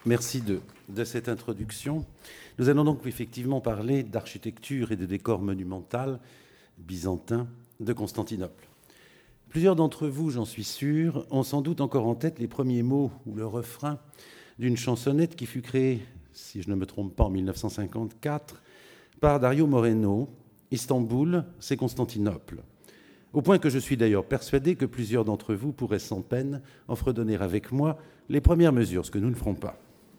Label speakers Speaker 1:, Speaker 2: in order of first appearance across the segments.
Speaker 1: Merci de cette introduction. Nous allons donc effectivement parler d'architecture et de décor monumental byzantin de Constantinople. Plusieurs d'entre vous, j'en suis sûr, ont sans doute encore en tête les premiers mots ou le refrain d'une chansonnette qui fut créée, si je ne me trompe pas, en 1954, par Dario Moreno. Istanbul, c'est Constantinople. Au point que je suis d'ailleurs persuadé que plusieurs d'entre vous pourraient sans peine en fredonner avec moi les premières mesures, ce que nous ne ferons pas.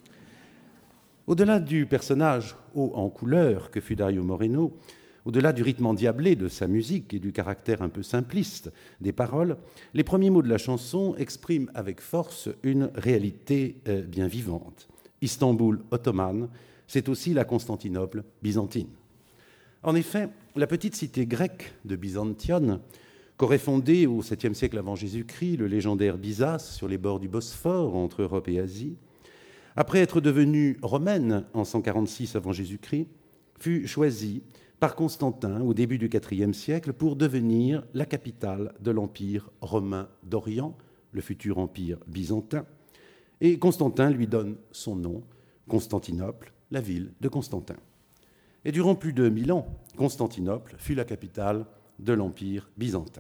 Speaker 1: Au-delà du personnage haut en couleur que fut Dario Moreno, au-delà du rythme endiablé de sa musique et du caractère un peu simpliste des paroles, les premiers mots de la chanson expriment avec force une réalité bien vivante. Istanbul ottomane, c'est aussi la Constantinople byzantine. En effet, la petite cité grecque de Byzantion, qu'aurait fondée au 7e siècle avant Jésus-Christ le légendaire Byzas sur les bords du Bosphore entre Europe et Asie, après être devenue romaine en 146 avant Jésus-Christ, fut choisie par Constantin au début du IVe siècle pour devenir la capitale de l'Empire romain d'Orient, le futur empire byzantin, et Constantin lui donne son nom, Constantinople, la ville de Constantin. Et durant plus de 1000 ans, Constantinople fut la capitale de l'Empire byzantin.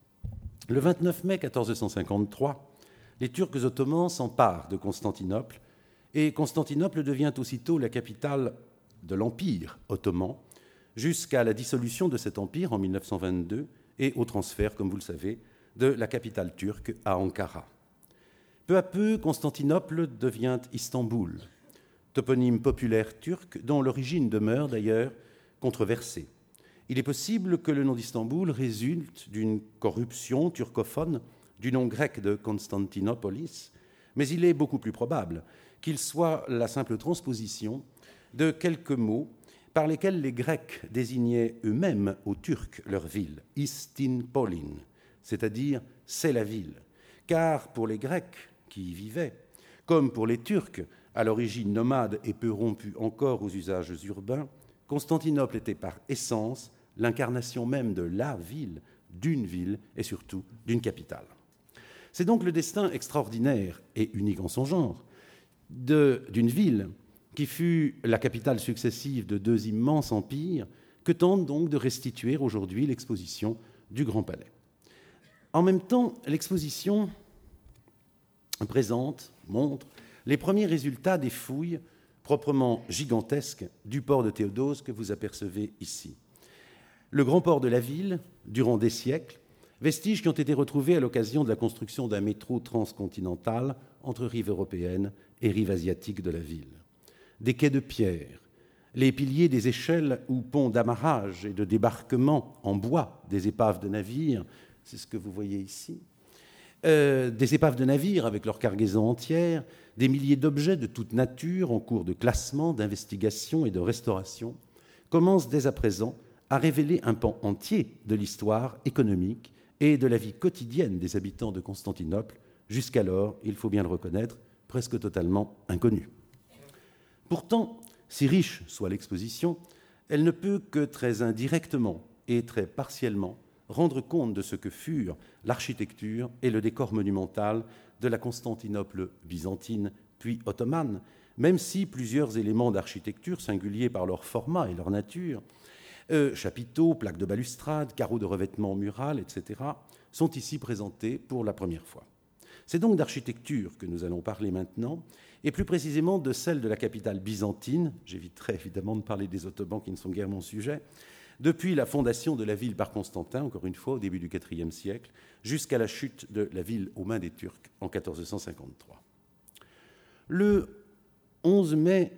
Speaker 1: Le 29 mai 1453, les Turcs ottomans s'emparent de Constantinople et Constantinople devient aussitôt la capitale de l'Empire ottoman jusqu'à la dissolution de cet empire en 1922 et au transfert, comme vous le savez, de la capitale turque à Ankara. Peu à peu, Constantinople devient Istanbul, toponyme populaire turc dont l'origine demeure d'ailleurs controversée. Il est possible que le nom d'Istanbul résulte d'une corruption turcophone du nom grec de Constantinopolis, mais il est beaucoup plus probable qu'il soit la simple transposition de quelques mots par lesquels les Grecs désignaient eux-mêmes aux Turcs leur ville, Istinpolin, c'est-à-dire « c'est la ville », car pour les Grecs qui y vivaient, comme pour les Turcs, à l'origine nomade et peu rompu encore aux usages urbains, Constantinople était par essence l'incarnation même de la ville, d'une ville et surtout d'une capitale. C'est donc le destin extraordinaire et unique en son genre d'une ville qui fut la capitale successive de deux immenses empires que tente donc de restituer aujourd'hui l'exposition du Grand Palais. En même temps, l'exposition montre les premiers résultats des fouilles proprement gigantesques du port de Théodose que vous apercevez ici. Le grand port de la ville, durant des siècles, vestiges qui ont été retrouvés à l'occasion de la construction d'un métro transcontinental entre rives européennes et rives asiatiques de la ville. Des quais de pierre, les piliers des échelles ou ponts d'amarrage et de débarquement en bois des épaves de navires, c'est ce que vous voyez ici, des épaves de navires avec leur cargaison entière, des milliers d'objets de toute nature en cours de classement, d'investigation et de restauration, commencent dès à présent à révéler un pan entier de l'histoire économique et de la vie quotidienne des habitants de Constantinople, jusqu'alors, il faut bien le reconnaître, presque totalement inconnus. Pourtant, si riche soit l'exposition, elle ne peut que très indirectement et très partiellement rendre compte de ce que furent l'architecture et le décor monumental de la Constantinople byzantine puis ottomane, même si plusieurs éléments d'architecture, singuliers par leur format et leur nature, chapiteaux, plaques de balustrade, carreaux de revêtement mural, etc., sont ici présentés pour la première fois. C'est donc d'architecture que nous allons parler maintenant, et plus précisément de celle de la capitale byzantine, j'éviterai évidemment de parler des Ottomans qui ne sont guère mon sujet, depuis la fondation de la ville par Constantin, encore une fois au début du IVe siècle, jusqu'à la chute de la ville aux mains des Turcs en 1453. Le 11 mai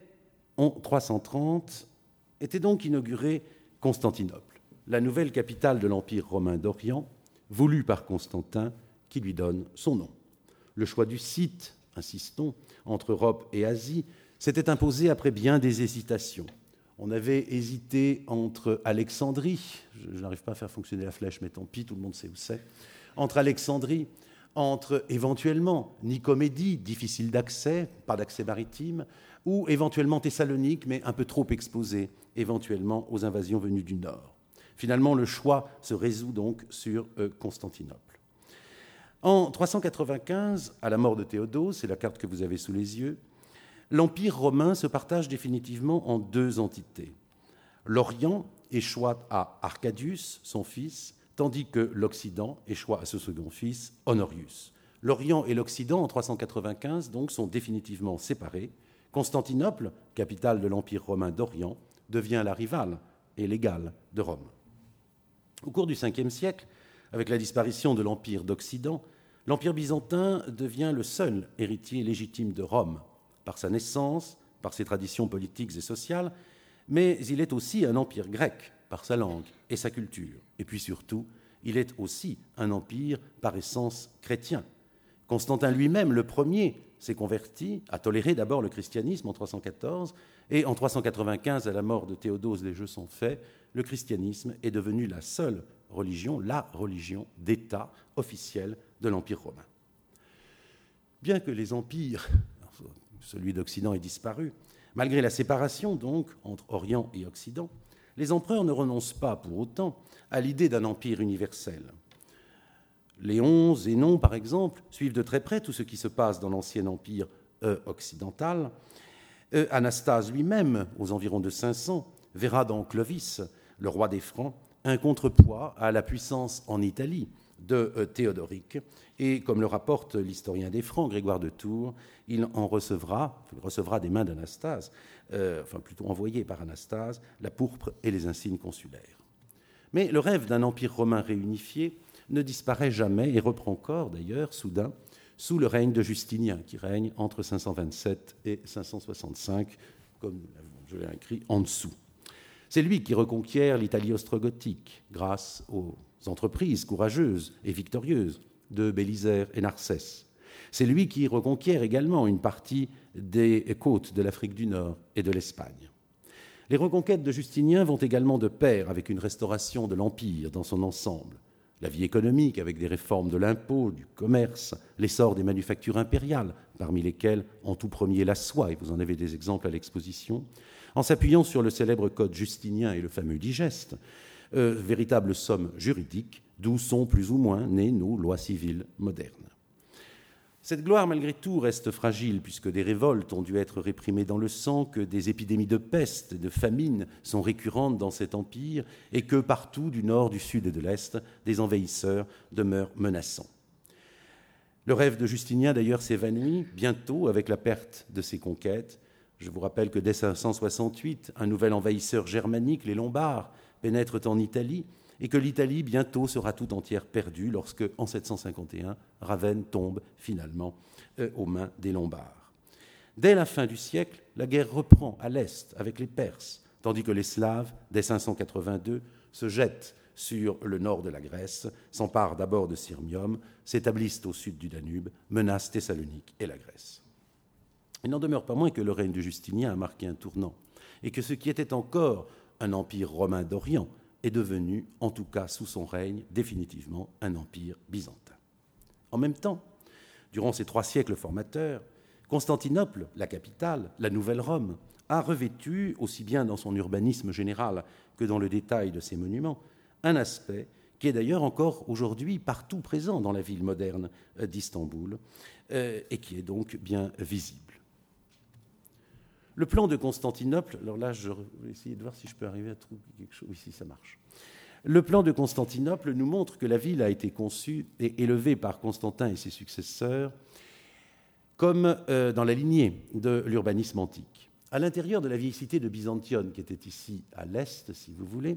Speaker 1: 330 était donc inaugurée Constantinople, la nouvelle capitale de l'Empire romain d'Orient, voulue par Constantin, qui lui donne son nom. Le choix du site, insistons, entre Europe et Asie, s'était imposé après bien des hésitations. On avait hésité entre Alexandrie, je n'arrive pas à faire fonctionner la flèche, mais tant pis, tout le monde sait où c'est, entre Alexandrie, entre éventuellement Nicomédie, difficile d'accès, pas d'accès maritime, ou éventuellement Thessalonique, mais un peu trop exposée, éventuellement aux invasions venues du nord. Finalement, le choix se résout donc sur Constantinople. En 395, à la mort de Théodose, c'est la carte que vous avez sous les yeux, l'Empire romain se partage définitivement en deux entités. L'Orient échoit à Arcadius, son fils, tandis que l'Occident échoit à ce second fils, Honorius. L'Orient et l'Occident, en 395, donc, sont définitivement séparés. Constantinople, capitale de l'Empire romain d'Orient, devient la rivale et l'égale de Rome. Au cours du Ve siècle, avec la disparition de l'Empire d'Occident, l'Empire byzantin devient le seul héritier légitime de Rome, par sa naissance, par ses traditions politiques et sociales, mais il est aussi un empire grec, par sa langue et sa culture. Et puis surtout, il est aussi un empire par essence chrétien. Constantin lui-même, le premier, s'est converti, a toléré d'abord le christianisme en 314, et en 395, à la mort de Théodose, les jeux sont faits, le christianisme est devenu la seule religion, la religion d'État officielle de l'Empire romain. Bien que les empires, celui d'Occident ait disparu, malgré la séparation donc entre Orient et Occident, les empereurs ne renoncent pas pour autant à l'idée d'un empire universel. Léon, Zénon, par exemple, suivent de très près tout ce qui se passe dans l'ancien empire occidental. Anastase lui-même, aux environs de 500, verra dans Clovis, le roi des Francs, un contrepoids à la puissance en Italie de Théodoric. Et comme le rapporte l'historien des Francs, Grégoire de Tours, il recevra des mains d'Anastase, plutôt envoyé par Anastase, la pourpre et les insignes consulaires. Mais le rêve d'un empire romain réunifié ne disparaît jamais et reprend corps, d'ailleurs, soudain, sous le règne de Justinien, qui règne entre 527 et 565, comme je l'ai écrit en dessous. C'est lui qui reconquiert l'Italie ostrogothique grâce aux entreprises courageuses et victorieuses de Bélisère et Narsès. C'est lui qui reconquiert également une partie des côtes de l'Afrique du Nord et de l'Espagne. Les reconquêtes de Justinien vont également de pair avec une restauration de l'Empire dans son ensemble. La vie économique avec des réformes de l'impôt, du commerce, l'essor des manufactures impériales, parmi lesquelles en tout premier la soie, et vous en avez des exemples à l'exposition, en s'appuyant sur le célèbre code justinien et le fameux digeste, véritable somme juridique, d'où sont plus ou moins nées nos lois civiles modernes. Cette gloire, malgré tout, reste fragile, puisque des révoltes ont dû être réprimées dans le sang, que des épidémies de peste et de famine sont récurrentes dans cet empire, et que partout, du nord, du sud et de l'est, des envahisseurs demeurent menaçants. Le rêve de Justinien, d'ailleurs, s'évanouit bientôt avec la perte de ses conquêtes. Je vous rappelle que dès 568, un nouvel envahisseur germanique, les Lombards, pénètrent en Italie, et que l'Italie bientôt sera tout entière perdue lorsque, en 751, Ravenne tombe finalement aux mains des Lombards. Dès la fin du siècle, la guerre reprend à l'est avec les Perses, tandis que les Slaves, dès 582, se jettent sur le nord de la Grèce, s'emparent d'abord de Sirmium, s'établissent au sud du Danube, menacent Thessalonique et la Grèce. Il n'en demeure pas moins que le règne de Justinien a marqué un tournant, et que ce qui était encore un empire romain d'Orient est devenu, en tout cas sous son règne, définitivement un empire byzantin. En même temps, durant ces 3 siècles formateurs, Constantinople, la capitale, la nouvelle Rome, a revêtu, aussi bien dans son urbanisme général que dans le détail de ses monuments, un aspect qui est d'ailleurs encore aujourd'hui partout présent dans la ville moderne d'Istanbul et qui est donc bien visible. Le plan de Constantinople, alors là, je vais essayer de voir si je peux arriver à trouver quelque chose. Oui, si, ça marche. Le plan de Constantinople nous montre que la ville a été conçue et élevée par Constantin et ses successeurs comme dans la lignée de l'urbanisme antique. À l'intérieur de la vieille cité de Byzantium, qui était ici à l'est, si vous voulez,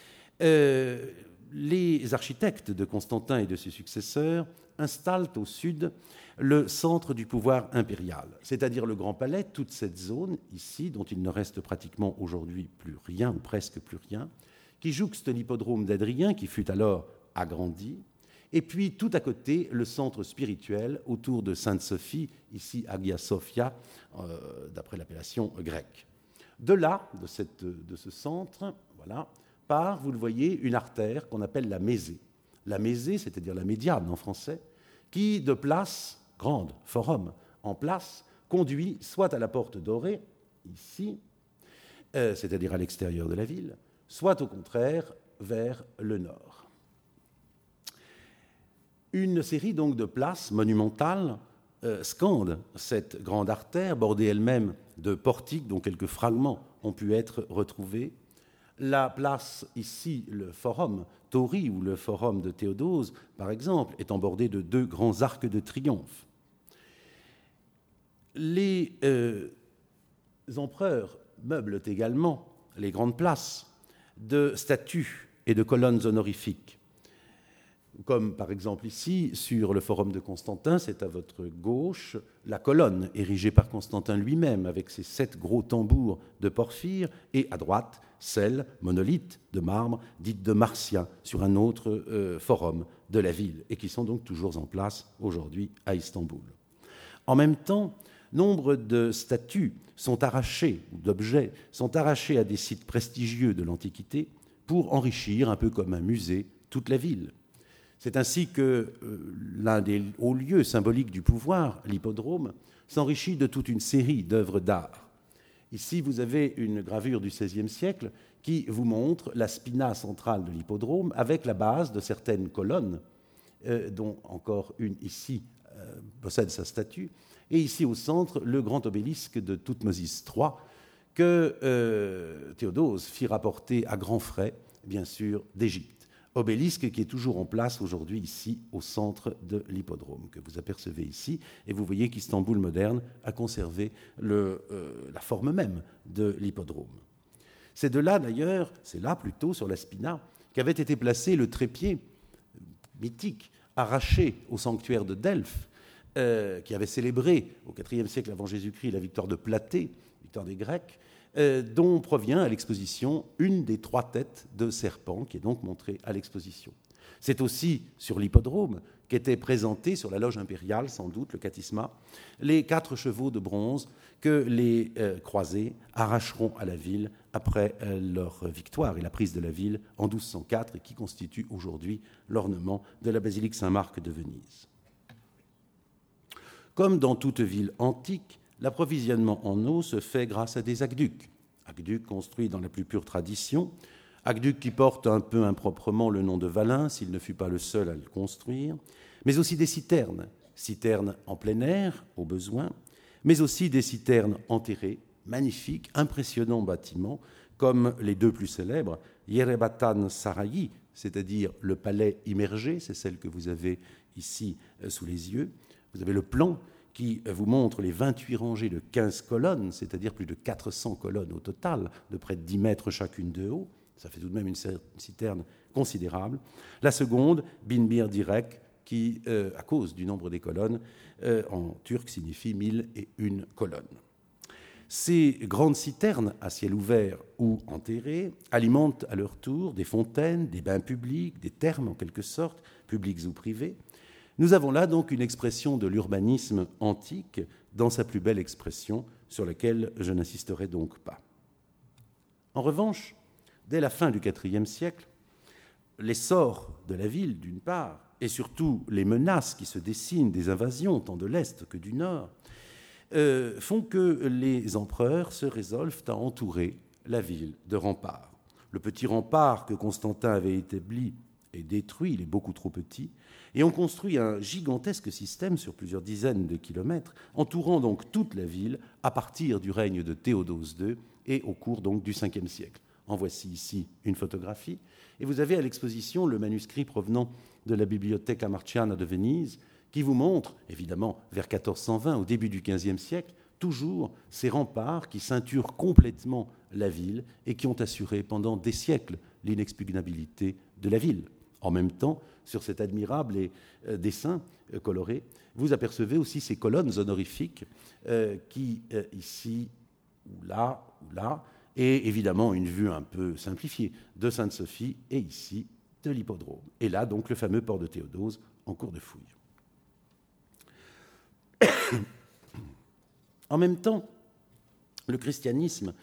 Speaker 1: les architectes de Constantin et de ses successeurs installent au sud le centre du pouvoir impérial, c'est-à-dire le Grand Palais, toute cette zone ici, dont il ne reste pratiquement aujourd'hui plus rien, ou presque plus rien, qui jouxte l'hippodrome d'Adrien, qui fut alors agrandi, et puis tout à côté, le centre spirituel autour de Sainte-Sophie, ici Hagia Sophia, d'après l'appellation grecque. De là, de ce centre, voilà, part, vous le voyez, une artère qu'on appelle la Mésée. La Mésée, c'est-à-dire la médiane en français, qui, de place grande, forum, en place, conduit soit à la porte dorée, ici, c'est-à-dire à l'extérieur de la ville, soit au contraire vers le nord. Une série donc de places monumentales scande cette grande artère, bordée elle-même de portiques dont quelques fragments ont pu être retrouvés. La place ici, le forum Tauri ou le forum de Théodose, par exemple, est bordé de 2 grands arcs de triomphe. Les empereurs meublent également les grandes places de statues et de colonnes honorifiques, comme par exemple ici, sur le forum de Constantin, c'est à votre gauche, la colonne érigée par Constantin lui-même, avec ses 7 gros tambours de porphyre, et à droite, celle, monolithe de marbre, dite de Marcia, sur un autre forum de la ville, et qui sont donc toujours en place aujourd'hui à Istanbul. En même temps, nombre de statues sont arrachées, ou d'objets, sont arrachés à des sites prestigieux de l'Antiquité pour enrichir, un peu comme un musée, toute la ville. C'est ainsi que l'un des hauts lieux symboliques du pouvoir, l'hippodrome, s'enrichit de toute une série d'œuvres d'art. Ici, vous avez une gravure du XVIe siècle qui vous montre la spina centrale de l'hippodrome avec la base de certaines colonnes, dont encore une ici possède sa statue, et ici au centre, le grand obélisque de Thoutmôsis III que Théodose fit rapporter à grands frais, bien sûr, d'Égypte. Obélisque qui est toujours en place aujourd'hui ici au centre de l'hippodrome, que vous apercevez ici, et vous voyez qu'Istanbul moderne a conservé la forme même de l'hippodrome. C'est de là d'ailleurs, c'est là plutôt sur la spina, qu'avait été placé le trépied mythique arraché au sanctuaire de Delphes, qui avait célébré au IVe siècle avant Jésus-Christ la victoire de Platée, victoire des Grecs, dont provient à l'exposition une des 3 têtes de serpent qui est donc montrée à l'exposition. C'est aussi sur l'hippodrome qu'étaient présentés sur la loge impériale, sans doute, le catisma, les 4 chevaux de bronze que les croisés arracheront à la ville après leur victoire et la prise de la ville en 1204 et qui constituent aujourd'hui l'ornement de la basilique Saint-Marc de Venise. Comme dans toute ville antique, l'approvisionnement en eau se fait grâce à des aqueducs. Aqueducs construits dans la plus pure tradition, aqueducs qui portent un peu improprement le nom de Valin, s'il ne fut pas le seul à le construire, mais aussi des citernes, citernes en plein air, au besoin, mais aussi des citernes enterrées, magnifiques, impressionnants bâtiments, comme les 2 plus célèbres, Yerebatan Sarayı, c'est-à-dire le palais immergé, c'est celle que vous avez ici sous les yeux. Vous avez le plan qui vous montre les 28 rangées de 15 colonnes, c'est-à-dire plus de 400 colonnes au total, de près de 10 mètres chacune de haut. Ça fait tout de même une citerne considérable. La seconde, Binbir Direk, qui, à cause du nombre des colonnes, en turc signifie 1001 colonnes. Ces grandes citernes à ciel ouvert ou enterrées alimentent à leur tour des fontaines, des bains publics, des thermes en quelque sorte, publics ou privés. Nous avons là donc une expression de l'urbanisme antique dans sa plus belle expression, sur laquelle je n'insisterai donc pas. En revanche, dès la fin du IVe siècle, l'essor de la ville, d'une part, et surtout les menaces qui se dessinent des invasions, tant de l'Est que du Nord, font que les empereurs se résolvent à entourer la ville de remparts. Le petit rempart que Constantin avait établi est détruit, il est beaucoup trop petit, et on construit un gigantesque système sur plusieurs dizaines de kilomètres, entourant donc toute la ville à partir du règne de Théodose II et au cours donc du Ve siècle. En voici ici une photographie, et vous avez à l'exposition le manuscrit provenant de la Bibliothèque Marciana de Venise, qui vous montre, évidemment, vers 1420, au début du XVe siècle, toujours ces remparts qui ceinturent complètement la ville et qui ont assuré pendant des siècles l'inexpugnabilité de la ville. En même temps, sur cet admirable dessin coloré, vous apercevez aussi ces colonnes honorifiques qui, ici ou là, et évidemment une vue un peu simplifiée de Sainte-Sophie et ici de l'hippodrome. Et là, donc, le fameux port de Théodose en cours de fouille. En même temps, le christianisme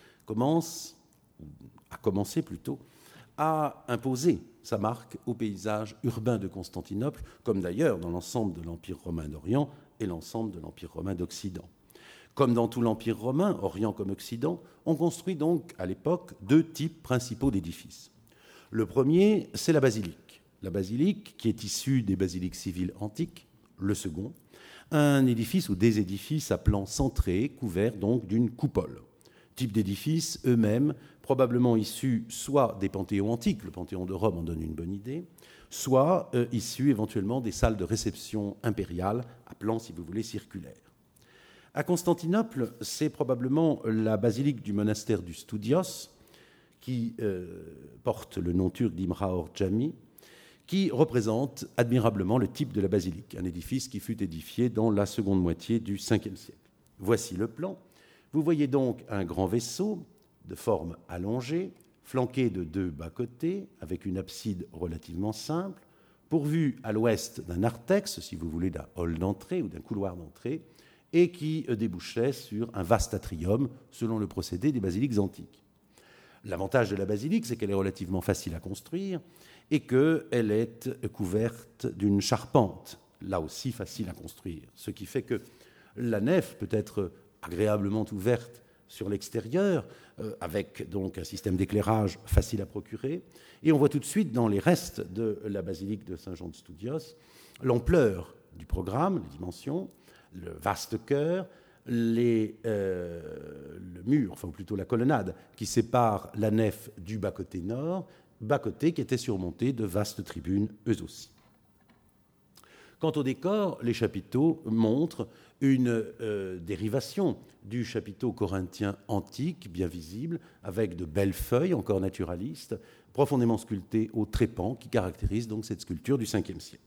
Speaker 1: a commencé plutôt à imposer sa marque au paysage urbain de Constantinople, comme d'ailleurs dans l'ensemble de l'Empire romain d'Orient et l'ensemble de l'Empire romain d'Occident. Comme dans tout l'Empire romain, Orient comme Occident, on construit donc à l'époque 2 types principaux d'édifices. Le premier, c'est la basilique. La basilique qui est issue des basiliques civiles antiques. Le second, un édifice ou des édifices à plan centré, couverts donc d'une coupole. Type d'édifices eux-mêmes, probablement issus soit des panthéons antiques, le Panthéon de Rome en donne une bonne idée, soit issus éventuellement des salles de réception impériales, à plan, si vous voulez, circulaire. À Constantinople, c'est probablement la basilique du monastère du Stoudios, qui porte le nom turc d'Imra-or Jami, qui représente admirablement le type de la basilique, un édifice qui fut édifié dans la seconde moitié du Ve siècle. Voici le plan. Vous voyez donc un grand vaisseau de forme allongée, flanqué de 2 bas-côtés, avec une abside relativement simple, pourvu à l'ouest d'un narthex, si vous voulez, d'un hall d'entrée ou d'un couloir d'entrée, et qui débouchait sur un vaste atrium, selon le procédé des basiliques antiques. L'avantage de la basilique, c'est qu'elle est relativement facile à construire et qu'elle est couverte d'une charpente, là aussi facile à construire, ce qui fait que la nef peut être agréablement ouverte sur l'extérieur, avec donc un système d'éclairage facile à procurer. Et on voit tout de suite dans les restes de la basilique de Saint-Jean de Stoudios l'ampleur du programme, les dimensions, le vaste chœur, le mur, enfin plutôt la colonnade, qui sépare la nef du bas-côté nord, bas-côté qui était surmonté de vastes tribunes, eux aussi. Quant au décor, les chapiteaux montrent une dérivation du chapiteau corinthien antique, bien visible, avec de belles feuilles encore naturalistes, profondément sculptées au trépan, qui caractérise donc cette sculpture du Ve siècle.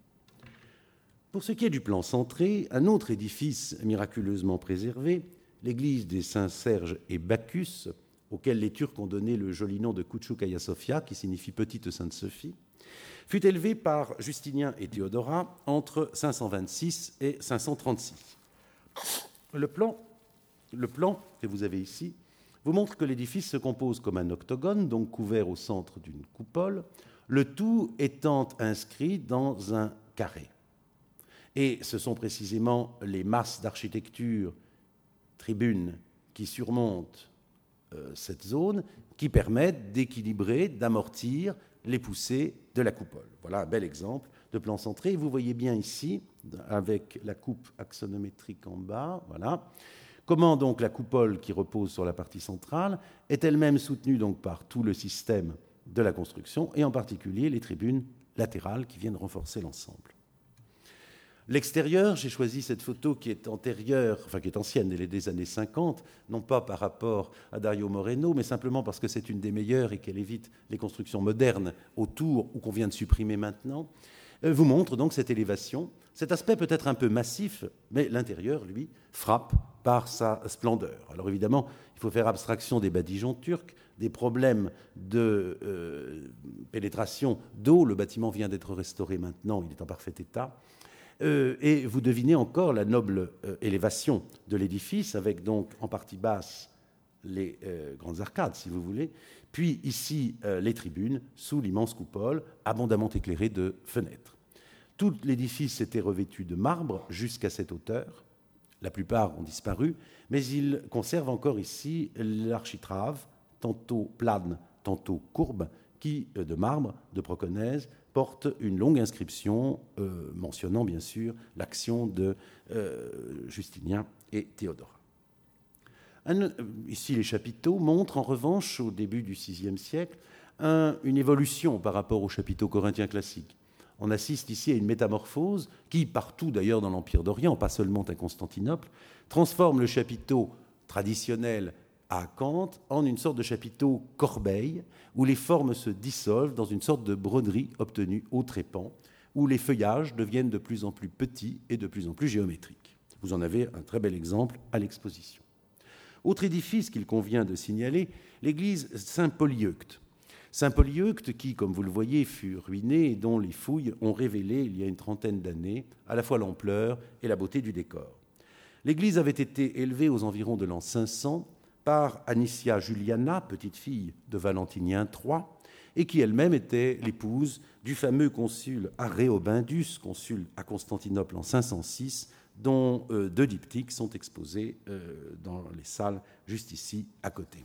Speaker 1: Pour ce qui est du plan centré, un autre édifice miraculeusement préservé, l'église des Saints-Serge et Bacchus, auquel les Turcs ont donné le joli nom de Küçük Hagia Sophia, qui signifie Petite Sainte-Sophie, fut élevé par Justinien et Théodora entre 526 et 536. Le plan que vous avez ici vous montre que l'édifice se compose comme un octogone, donc couvert au centre d'une coupole, le tout étant inscrit dans un carré. Et ce sont précisément les masses d'architecture tribunes qui surmontent cette zone qui permettent d'équilibrer, d'amortir les poussées de la coupole. Voilà un bel exemple de plan centré. Vous voyez bien ici, avec la coupe axonométrique en bas, voilà, comment donc la coupole qui repose sur la partie centrale est elle-même soutenue donc par tout le système de la construction, et en particulier les tribunes latérales qui viennent renforcer l'ensemble. L'extérieur, j'ai choisi cette photo qui est antérieure, enfin qui est ancienne, elle est des années 50, non pas par rapport à Dario Moreno, mais simplement parce que c'est une des meilleures et qu'elle évite les constructions modernes autour ou qu'on vient de supprimer maintenant, vous montre donc cette élévation. Cet aspect peut être un peu massif, mais l'intérieur, lui, frappe par sa splendeur. Alors évidemment, il faut faire abstraction des badigeons turcs, des problèmes de pénétration d'eau. Le bâtiment vient d'être restauré maintenant, il est en parfait état. Et vous devinez encore la noble élévation de l'édifice, avec donc en partie basse les grandes arcades, si vous voulez, puis ici les tribunes, sous l'immense coupole, abondamment éclairée de fenêtres. Tout l'édifice était revêtu de marbre jusqu'à cette hauteur. La plupart ont disparu, mais il conserve encore ici l'architrave, tantôt plane, tantôt courbe, qui, de marbre, de Proconèse, porte une longue inscription mentionnant bien sûr l'action de Justinien et Théodora. Ici, les chapiteaux montrent en revanche, au début du VIe siècle, une évolution par rapport aux chapiteaux corinthiens classiques. On assiste ici à une métamorphose qui, partout d'ailleurs dans l'Empire d'Orient, pas seulement à Constantinople, transforme le chapiteau traditionnel à Acanthe en une sorte de chapiteau corbeille, où les formes se dissolvent dans une sorte de broderie obtenue au trépan, où les feuillages deviennent de plus en plus petits et de plus en plus géométriques. Vous en avez un très bel exemple à l'exposition. Autre édifice qu'il convient de signaler, l'église Saint-Polyeucte. Saint-Polyeucte qui, comme vous le voyez, fut ruiné et dont les fouilles ont révélé, il y a une trentaine d'années, à la fois l'ampleur et la beauté du décor. L'église avait été élevée aux environs de l'an 500 par Anicia Juliana, petite-fille de Valentinien III, et qui elle-même était l'épouse du fameux consul Aréobindus, consul à Constantinople en 506, dont 2 diptyques sont exposés dans les salles juste ici à côté.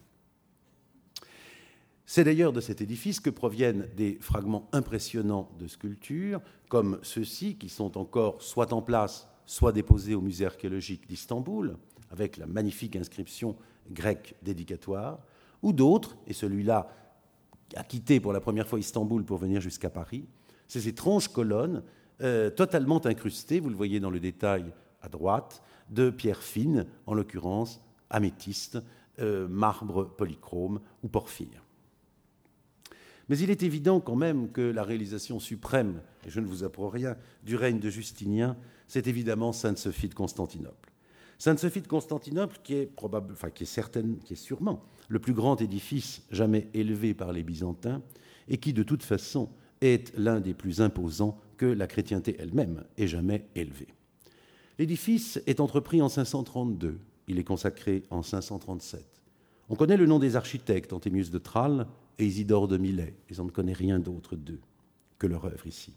Speaker 1: C'est d'ailleurs de cet édifice que proviennent des fragments impressionnants de sculptures, comme ceux-ci, qui sont encore soit en place, soit déposés au musée archéologique d'Istanbul, avec la magnifique inscription grecque dédicatoire, ou d'autres, et celui-là a quitté pour la première fois Istanbul pour venir jusqu'à Paris, ces étranges colonnes totalement incrustées, vous le voyez dans le détail à droite, de pierres fines, en l'occurrence améthyste, marbre polychrome ou porphyre. Mais il est évident quand même que la réalisation suprême, et je ne vous apprends rien, du règne de Justinien, c'est évidemment Sainte-Sophie de Constantinople. Sainte-Sophie de Constantinople, qui est sûrement le plus grand édifice jamais élevé par les Byzantins, et qui de toute façon est l'un des plus imposants que la chrétienté elle-même ait jamais élevé. L'édifice est entrepris en 532, il est consacré en 537. On connaît le nom des architectes, Antémius de Tralles et Isidore de Milet, et on ne connaît rien d'autre d'eux que leur œuvre ici.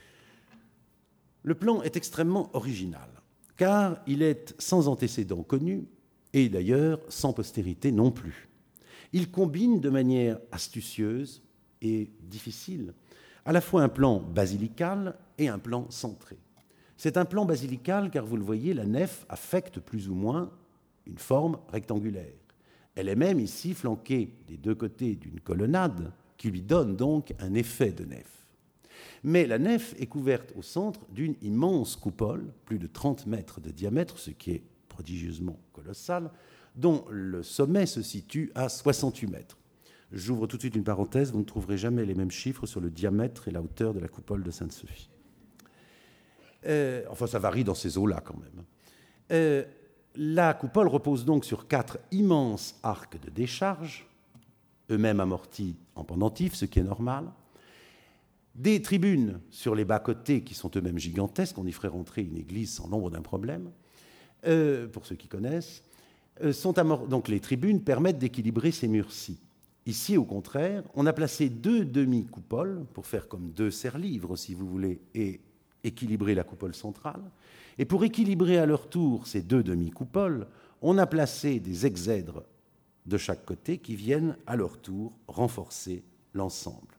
Speaker 1: Le plan est extrêmement original, car il est sans antécédent connu, et d'ailleurs sans postérité non plus. Il combine de manière astucieuse et difficile à la fois un plan basilical et un plan centré. C'est un plan basilical car, vous le voyez, la nef affecte plus ou moins une forme rectangulaire. Elle est même ici flanquée des deux côtés d'une colonnade qui lui donne donc un effet de nef. Mais la nef est couverte au centre d'une immense coupole, plus de 30 mètres de diamètre, ce qui est prodigieusement colossal, dont le sommet se situe à 68 mètres. J'ouvre tout de suite une parenthèse, vous ne trouverez jamais les mêmes chiffres sur le diamètre et la hauteur de la coupole de Sainte-Sophie. Enfin, ça varie dans ces eaux-là quand même. La coupole repose donc sur 4 immenses arcs de décharge, eux-mêmes amortis en pendentif, ce qui est normal. Des tribunes sur les bas-côtés qui sont eux-mêmes gigantesques, on y ferait rentrer une église sans l'ombre d'un problème, pour ceux qui connaissent. Donc les tribunes permettent d'équilibrer ces murs-ci. Ici, au contraire, on a placé 2 demi-coupoles, pour faire comme 2 serre-livres, si vous voulez, et équilibrer la coupole centrale. Et pour équilibrer à leur tour ces 2 demi-coupoles, on a placé des exèdres de chaque côté qui viennent à leur tour renforcer l'ensemble.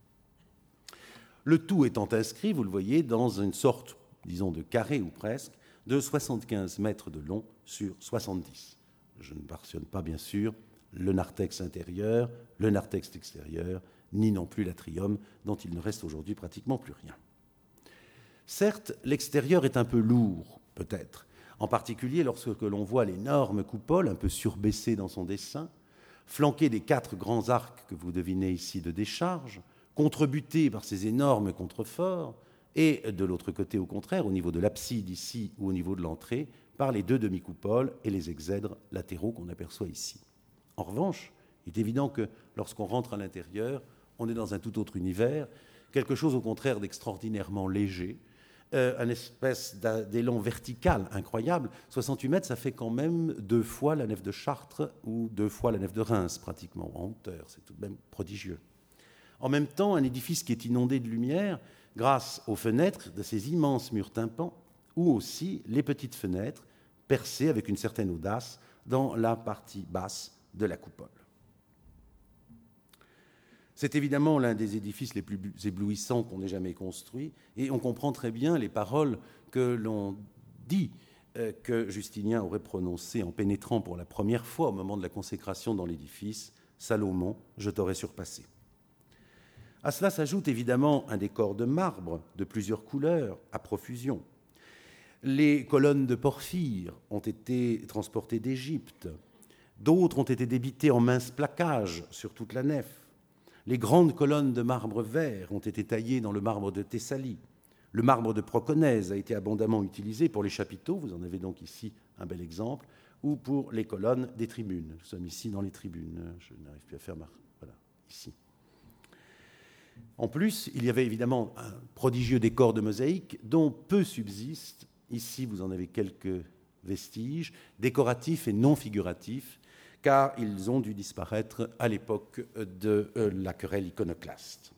Speaker 1: Le tout étant inscrit, vous le voyez, dans une sorte, disons, de carré ou presque, de 75 mètres de long sur 70. Je ne mentionne pas, bien sûr, le narthex intérieur, le narthex extérieur, ni non plus l'atrium, dont il ne reste aujourd'hui pratiquement plus rien. Certes, l'extérieur est un peu lourd, peut-être, en particulier lorsque l'on voit l'énorme coupole, un peu surbaissée dans son dessin, flanquée des 4 grands arcs que vous devinez ici de décharge, contrebutée par ces énormes contreforts, et de l'autre côté, au contraire, au niveau de l'abside ici ou au niveau de l'entrée, par les 2 demi-coupoles et les exèdres latéraux qu'on aperçoit ici. En revanche, il est évident que lorsqu'on rentre à l'intérieur, on est dans un tout autre univers, quelque chose au contraire d'extraordinairement léger, une espèce d'élan vertical incroyable. 68 mètres, ça fait quand même 2 fois la nef de Chartres ou 2 fois la nef de Reims, pratiquement, en hauteur. C'est tout de même prodigieux. En même temps, un édifice qui est inondé de lumière grâce aux fenêtres de ces immenses murs tympans ou aussi les petites fenêtres percées avec une certaine audace dans la partie basse de la coupole. C'est évidemment l'un des édifices les plus éblouissants qu'on ait jamais construit, et on comprend très bien les paroles que l'on dit que Justinien aurait prononcées en pénétrant pour la première fois au moment de la consécration dans l'édifice « Salomon, je t'aurais surpassé ». À cela s'ajoute évidemment un décor de marbre de plusieurs couleurs à profusion. Les colonnes de porphyre ont été transportées d'Égypte. D'autres ont été débitées en minces plaquages sur toute la nef. Les grandes colonnes de marbre vert ont été taillées dans le marbre de Thessalie. Le marbre de Proconèse a été abondamment utilisé pour les chapiteaux, vous en avez donc ici un bel exemple, ou pour les colonnes des tribunes. Nous sommes ici dans les tribunes, je n'arrive plus à faire voilà, ici. En plus, il y avait évidemment un prodigieux décor de mosaïque dont peu subsistent. Ici, vous en avez quelques vestiges, décoratifs et non figuratifs, car ils ont dû disparaître à l'époque de la querelle iconoclaste.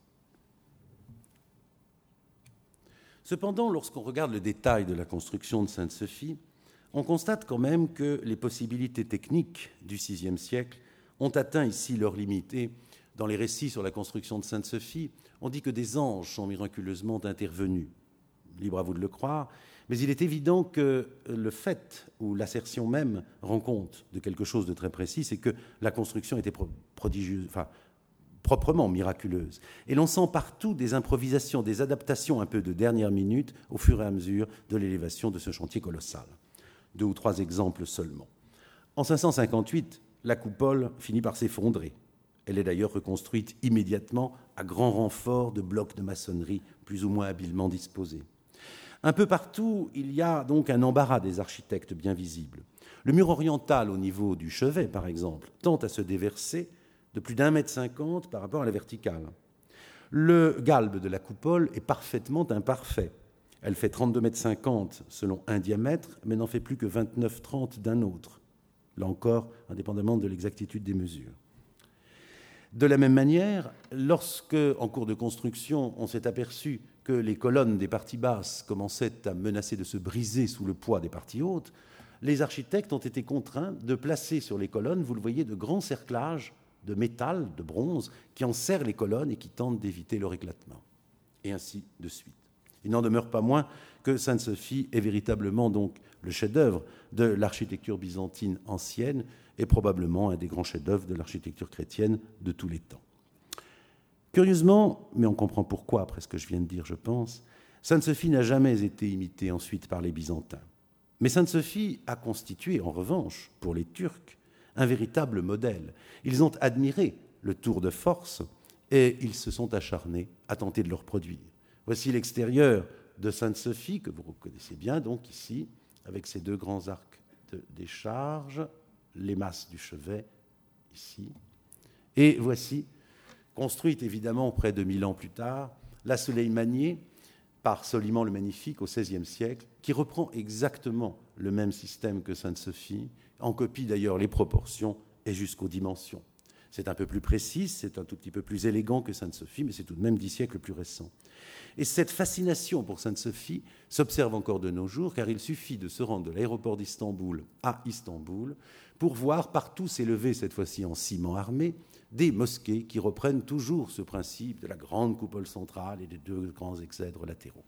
Speaker 1: Cependant, lorsqu'on regarde le détail de la construction de Sainte-Sophie, on constate quand même que les possibilités techniques du VIe siècle ont atteint ici leurs limites. Et dans les récits sur la construction de Sainte-Sophie, on dit que des anges sont miraculeusement intervenus. Libre à vous de le croire, Mais il est évident que le fait, ou l'assertion même, rend compte de quelque chose de très précis, c'est que la construction était prodigieuse, enfin, proprement miraculeuse. Et l'on sent partout des improvisations, des adaptations un peu de dernière minute au fur et à mesure de l'élévation de ce chantier colossal. 2 ou 3 exemples seulement. En 558, la coupole finit par s'effondrer. Elle est d'ailleurs reconstruite immédiatement à grand renfort de blocs de maçonnerie plus ou moins habilement disposés. Un peu partout, il y a donc un embarras des architectes bien visible. Le mur oriental au niveau du chevet, par exemple, tend à se déverser de plus d'1,50 m par rapport à la verticale. Le galbe de la coupole est parfaitement imparfait. Elle fait 32,50 m selon un diamètre, mais n'en fait plus que 29,30 d'un autre. Là encore, indépendamment de l'exactitude des mesures. De la même manière, lorsque, en cours de construction, on s'est aperçu que les colonnes des parties basses commençaient à menacer de se briser sous le poids des parties hautes, les architectes ont été contraints de placer sur les colonnes, vous le voyez, de grands cerclages de métal, de bronze, qui enserrent les colonnes et qui tentent d'éviter leur éclatement. Et ainsi de suite. Il n'en demeure pas moins que Sainte-Sophie est véritablement donc le chef-d'œuvre de l'architecture byzantine ancienne et probablement un des grands chefs-d'œuvre de l'architecture chrétienne de tous les temps. Curieusement, mais on comprend pourquoi après ce que je viens de dire, je pense, Sainte-Sophie n'a jamais été imitée ensuite par les Byzantins. Mais Sainte-Sophie a constitué, en revanche, pour les Turcs, un véritable modèle. Ils ont admiré le tour de force et ils se sont acharnés à tenter de le reproduire. Voici l'extérieur de Sainte-Sophie, que vous reconnaissez bien, donc ici, avec ses 2 grands arcs de décharge, les masses du chevet, ici. Et voici, construite évidemment près de 1000 ans plus tard, la Soleimanié par Soliman le Magnifique au XVIe siècle, qui reprend exactement le même système que Sainte-Sophie, en copie d'ailleurs les proportions et jusqu'aux dimensions. C'est un peu plus précis, c'est un tout petit peu plus élégant que Sainte-Sophie, mais c'est tout de même 10 siècles plus récent. Et cette fascination pour Sainte-Sophie s'observe encore de nos jours, car il suffit de se rendre de l'aéroport d'Istanbul à Istanbul pour voir partout s'élever, cette fois-ci en ciment armé, des mosquées qui reprennent toujours ce principe de la grande coupole centrale et des 2 grands exèdres latéraux.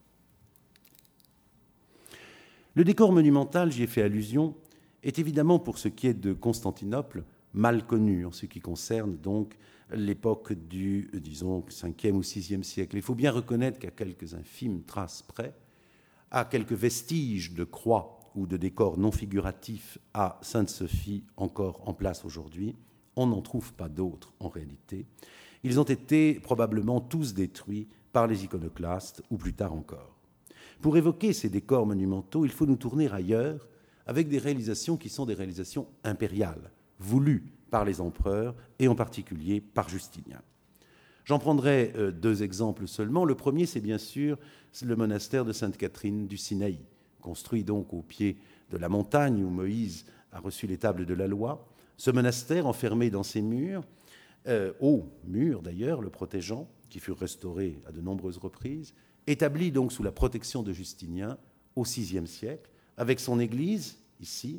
Speaker 1: Le décor monumental, j'y ai fait allusion, est évidemment, pour ce qui est de Constantinople, mal connu en ce qui concerne donc l'époque du, disons, 5e ou 6e siècle. Il faut bien reconnaître qu'à quelques infimes traces près, à quelques vestiges de croix ou de décors non figuratifs à Sainte-Sophie encore en place aujourd'hui, on n'en trouve pas d'autres en réalité. Ils ont été probablement tous détruits par les iconoclastes ou plus tard encore. Pour évoquer ces décors monumentaux, il faut nous tourner ailleurs avec des réalisations qui sont des réalisations impériales, voulues par les empereurs et en particulier par Justinien. J'en prendrai 2 exemples seulement. Le premier, c'est bien sûr le monastère de Sainte-Catherine du Sinaï, construit donc au pied de la montagne où Moïse a reçu les tables de la loi. Ce monastère, enfermé dans ses murs, hauts murs d'ailleurs, le protégeant, qui furent restaurés à de nombreuses reprises, établi donc sous la protection de Justinien au VIe siècle, avec son église, ici,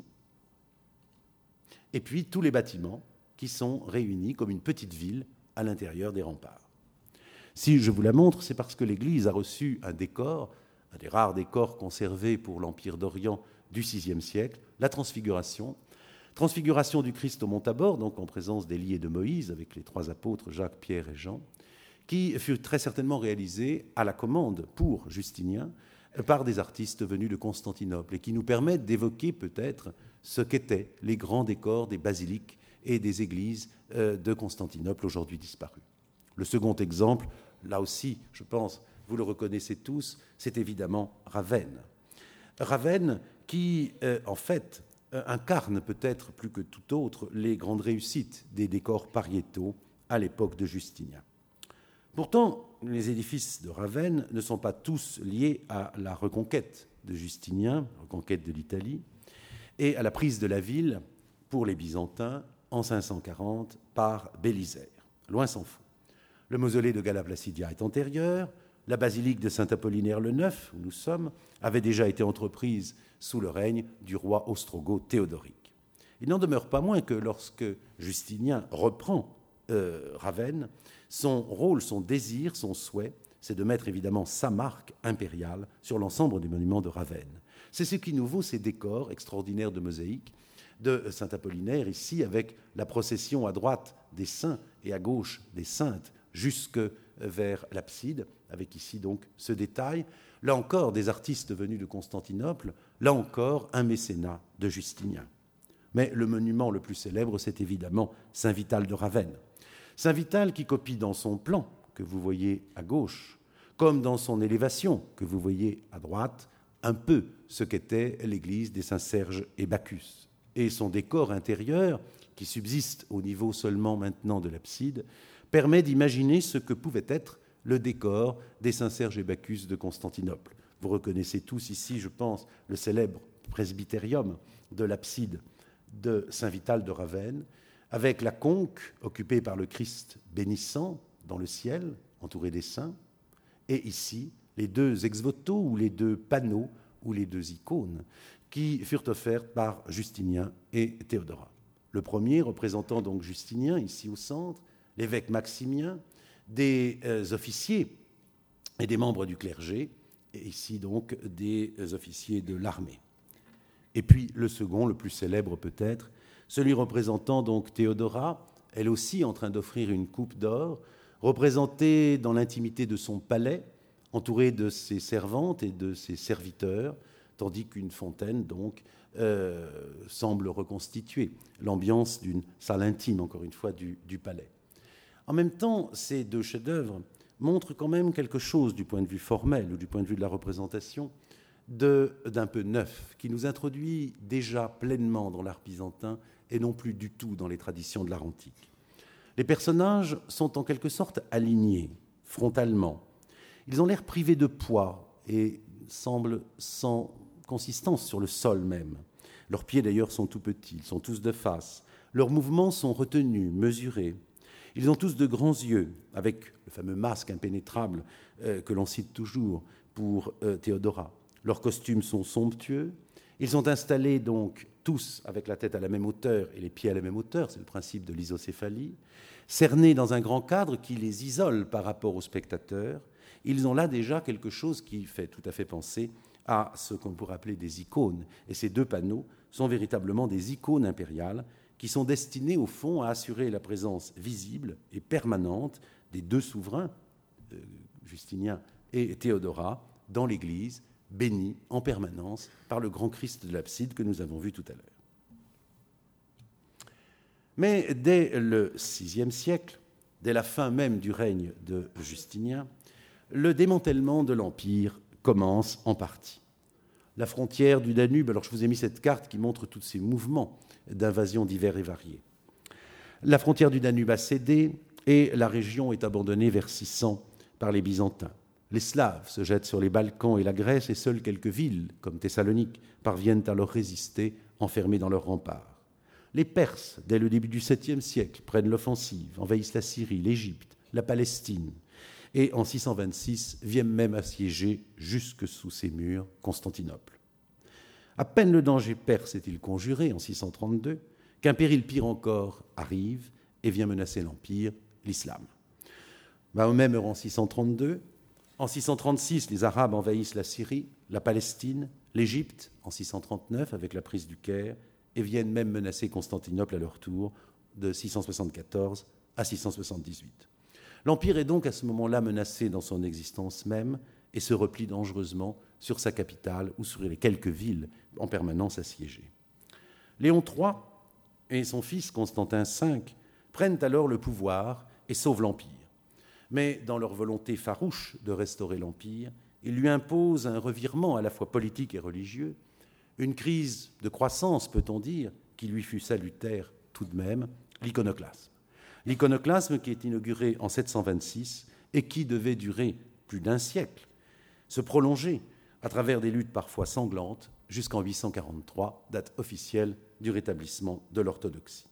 Speaker 1: et puis tous les bâtiments qui sont réunis comme une petite ville à l'intérieur des remparts. Si je vous la montre, c'est parce que l'église a reçu un décor, un des rares décors conservés pour l'Empire d'Orient du VIe siècle, la Transfiguration. Transfiguration du Christ au Mont Tabor, donc en présence d'Élie et de Moïse, avec les 3 apôtres, Jacques, Pierre et Jean, qui fut très certainement réalisée à la commande pour Justinien par des artistes venus de Constantinople et qui nous permettent d'évoquer peut-être ce qu'étaient les grands décors des basiliques et des églises de Constantinople aujourd'hui disparues. Le second exemple, là aussi, je pense, vous le reconnaissez tous, c'est évidemment Ravenne. Ravenne qui, en fait, incarne peut-être plus que tout autre les grandes réussites des décors pariétaux à l'époque de Justinien. Pourtant, les édifices de Ravenne ne sont pas tous liés à la reconquête de Justinien, reconquête de l'Italie, et à la prise de la ville pour les Byzantins en 540 par Bélisaire. Loin s'en faut. Le mausolée de Galla Placidia est antérieur, la basilique de Saint-Apollinaire le Neuf, où nous sommes, avait déjà été entreprise sous le règne du roi ostrogoth Théodoric. Il n'en demeure pas moins que lorsque Justinien reprend Ravenne, son rôle, son désir, son souhait, c'est de mettre évidemment sa marque impériale sur l'ensemble des monuments de Ravenne. C'est ce qui nous vaut ces décors extraordinaires de mosaïque de Saint-Apollinaire, ici, avec la procession à droite des saints et à gauche des saintes, jusque vers l'abside, avec ici donc ce détail. Là encore, des artistes venus de Constantinople, là encore, un mécénat de Justinien. Mais le monument le plus célèbre, c'est évidemment Saint Vital de Ravenne. Saint Vital qui copie dans son plan, que vous voyez à gauche, comme dans son élévation, que vous voyez à droite, un peu ce qu'était l'église des Saints-Serge et Bacchus. Et son décor intérieur, qui subsiste au niveau seulement maintenant de l'abside, permet d'imaginer ce que pouvait être le décor des Saint-Serge et Bacchus de Constantinople. Vous reconnaissez tous ici, je pense, le célèbre presbytérium de l'abside de Saint-Vital de Ravenne, avec la conque occupée par le Christ bénissant dans le ciel, entouré des saints, et ici les deux ex-voto ou les deux panneaux ou les deux icônes qui furent offertes par Justinien et Théodora. Le premier représentant donc Justinien, ici au centre, l'évêque Maximien, des officiers et des membres du clergé, et ici donc des officiers de l'armée. Et puis le second, le plus célèbre peut-être, celui représentant donc Théodora, elle aussi en train d'offrir une coupe d'or, représentée dans l'intimité de son palais, entourée de ses servantes et de ses serviteurs, tandis qu'une fontaine donc semble reconstituer l'ambiance d'une salle intime, encore une fois, du palais. En même temps, ces deux chefs-d'œuvre montrent quand même quelque chose du point de vue formel ou du point de vue de la représentation d'un peu neuf, qui nous introduit déjà pleinement dans l'art byzantin et non plus du tout dans les traditions de l'art antique. Les personnages sont en quelque sorte alignés, frontalement. Ils ont l'air privés de poids et semblent sans consistance sur le sol même. Leurs pieds d'ailleurs sont tout petits, ils sont tous de face. Leurs mouvements sont retenus, mesurés. Ils ont tous de grands yeux, avec le fameux masque impénétrable que l'on cite toujours pour Théodora. Leurs costumes sont somptueux. Ils sont installés donc tous avec la tête à la même hauteur et les pieds à la même hauteur, c'est le principe de l'isocéphalie, cernés dans un grand cadre qui les isole par rapport aux spectateurs. Ils ont là déjà quelque chose qui fait tout à fait penser à ce qu'on pourrait appeler des icônes. Et ces deux panneaux sont véritablement des icônes impériales qui sont destinées au fond à assurer la présence visible et permanente des deux souverains, Justinien et Théodora, dans l'Église, bénis en permanence par le grand Christ de l'abside que nous avons vu tout à l'heure. Mais dès le VIe siècle, dès la fin même du règne de Justinien, le démantèlement de l'Empire commence en partie. La frontière du Danube, alors je vous ai mis cette carte qui montre tous ces mouvements d'invasion divers et variés. La frontière du Danube a cédé et la région est abandonnée vers 600 par les Byzantins. Les Slaves se jettent sur les Balkans et la Grèce et seules quelques villes, comme Thessalonique, parviennent à leur résister, enfermées dans leurs remparts. Les Perses, dès le début du 7e siècle, prennent l'offensive, envahissent la Syrie, l'Égypte, la Palestine, et en 626 viennent même assiéger jusque sous ses murs Constantinople. À peine le danger perse est-il conjuré en 632 qu'un péril pire encore arrive et vient menacer l'Empire, l'islam. Mahomet meurt en 632. En 636, les Arabes envahissent la Syrie, la Palestine, l'Égypte en 639 avec la prise du Caire et viennent même menacer Constantinople à leur tour de 674 à 678. L'Empire est donc à ce moment-là menacé dans son existence même et se replie dangereusement sur sa capitale ou sur les quelques villes en permanence assiégées. Léon III et son fils Constantin V prennent alors le pouvoir et sauvent l'Empire. Mais dans leur volonté farouche de restaurer l'Empire, ils lui imposent un revirement à la fois politique et religieux, une crise de croissance, peut-on dire, qui lui fut salutaire tout de même, l'iconoclasme. L'iconoclasme qui est inauguré en 726 et qui devait durer plus d'un siècle, se prolonger à travers des luttes parfois sanglantes jusqu'en 843, date officielle du rétablissement de l'orthodoxie.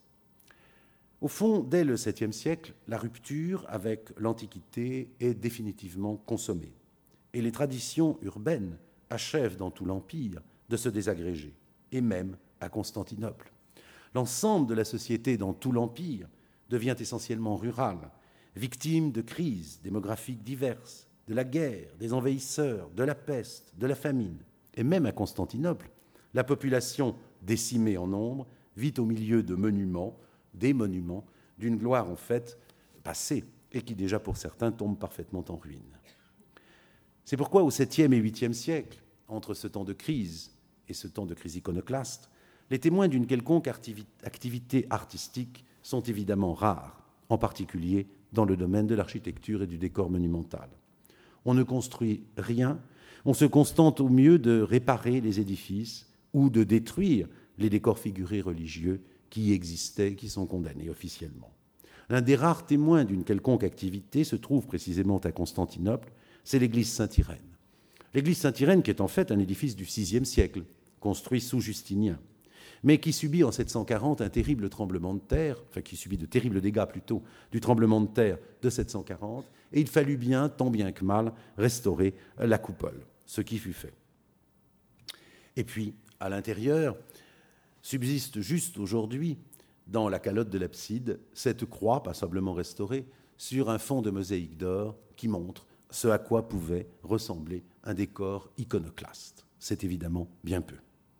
Speaker 1: Au fond, dès le 7e siècle, la rupture avec l'Antiquité est définitivement consommée et les traditions urbaines achèvent dans tout l'Empire de se désagréger, et même à Constantinople. L'ensemble de la société dans tout l'Empire devient essentiellement rurale, victime de crises démographiques diverses, de la guerre, des envahisseurs, de la peste, de la famine. Et même à Constantinople, la population décimée en nombre vit au milieu de monuments, des monuments, d'une gloire en fait passée et qui déjà pour certains tombent parfaitement en ruine. C'est pourquoi au 7e et 8e siècle, entre ce temps de crise et ce temps de crise iconoclaste, les témoins d'une quelconque activité artistique sont évidemment rares, en particulier dans le domaine de l'architecture et du décor monumental. On ne construit rien, on se contente au mieux de réparer les édifices ou de détruire les décors figurés religieux qui existaient, qui sont condamnés officiellement. L'un des rares témoins d'une quelconque activité se trouve précisément à Constantinople, c'est l'église Saint-Irène. L'église Saint-Irène qui est en fait un édifice du VIe siècle, construit sous Justinien, mais qui subit en 740 un terrible tremblement de terre, enfin qui subit de terribles dégâts plutôt du tremblement de terre de 740, et il fallut bien, tant bien que mal, restaurer la coupole, ce qui fut fait. Et puis, à l'intérieur, subsiste juste aujourd'hui, dans la calotte de l'abside, cette croix passablement restaurée sur un fond de mosaïque d'or qui montre ce à quoi pouvait ressembler un décor iconoclaste. C'est évidemment bien peu.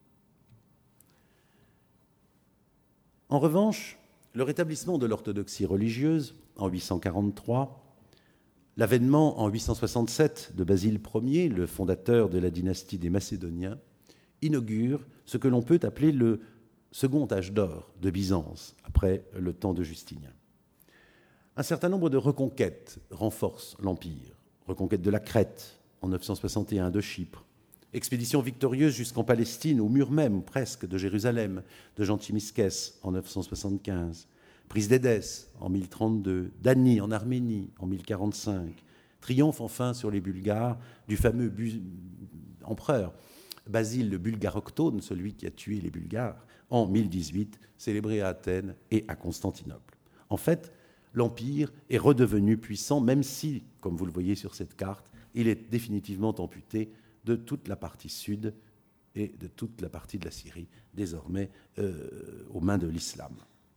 Speaker 1: En revanche, le rétablissement de l'orthodoxie religieuse en 843, l'avènement en 867 de Basile Ier, le fondateur de la dynastie des Macédoniens, inaugure ce que l'on peut appeler le second âge d'or de Byzance, après le temps de Justinien. Un certain nombre de reconquêtes renforcent l'Empire. Reconquête de la Crète en 961, de Chypre, expédition victorieuse jusqu'en Palestine, au mur même presque de Jérusalem, de Gentimiskès en 975, prise d'Édesse en 1032, d'Annie en Arménie en 1045, triomphe enfin sur les Bulgares du fameux empereur Basile le Bulgaroctone, celui qui a tué les Bulgares, en 1018, célébré à Athènes et à Constantinople. En fait, l'Empire est redevenu puissant, même si, comme vous le voyez sur cette carte, il est définitivement amputé de toute la partie sud et de toute la partie de la Syrie, désormais aux mains de l'islam.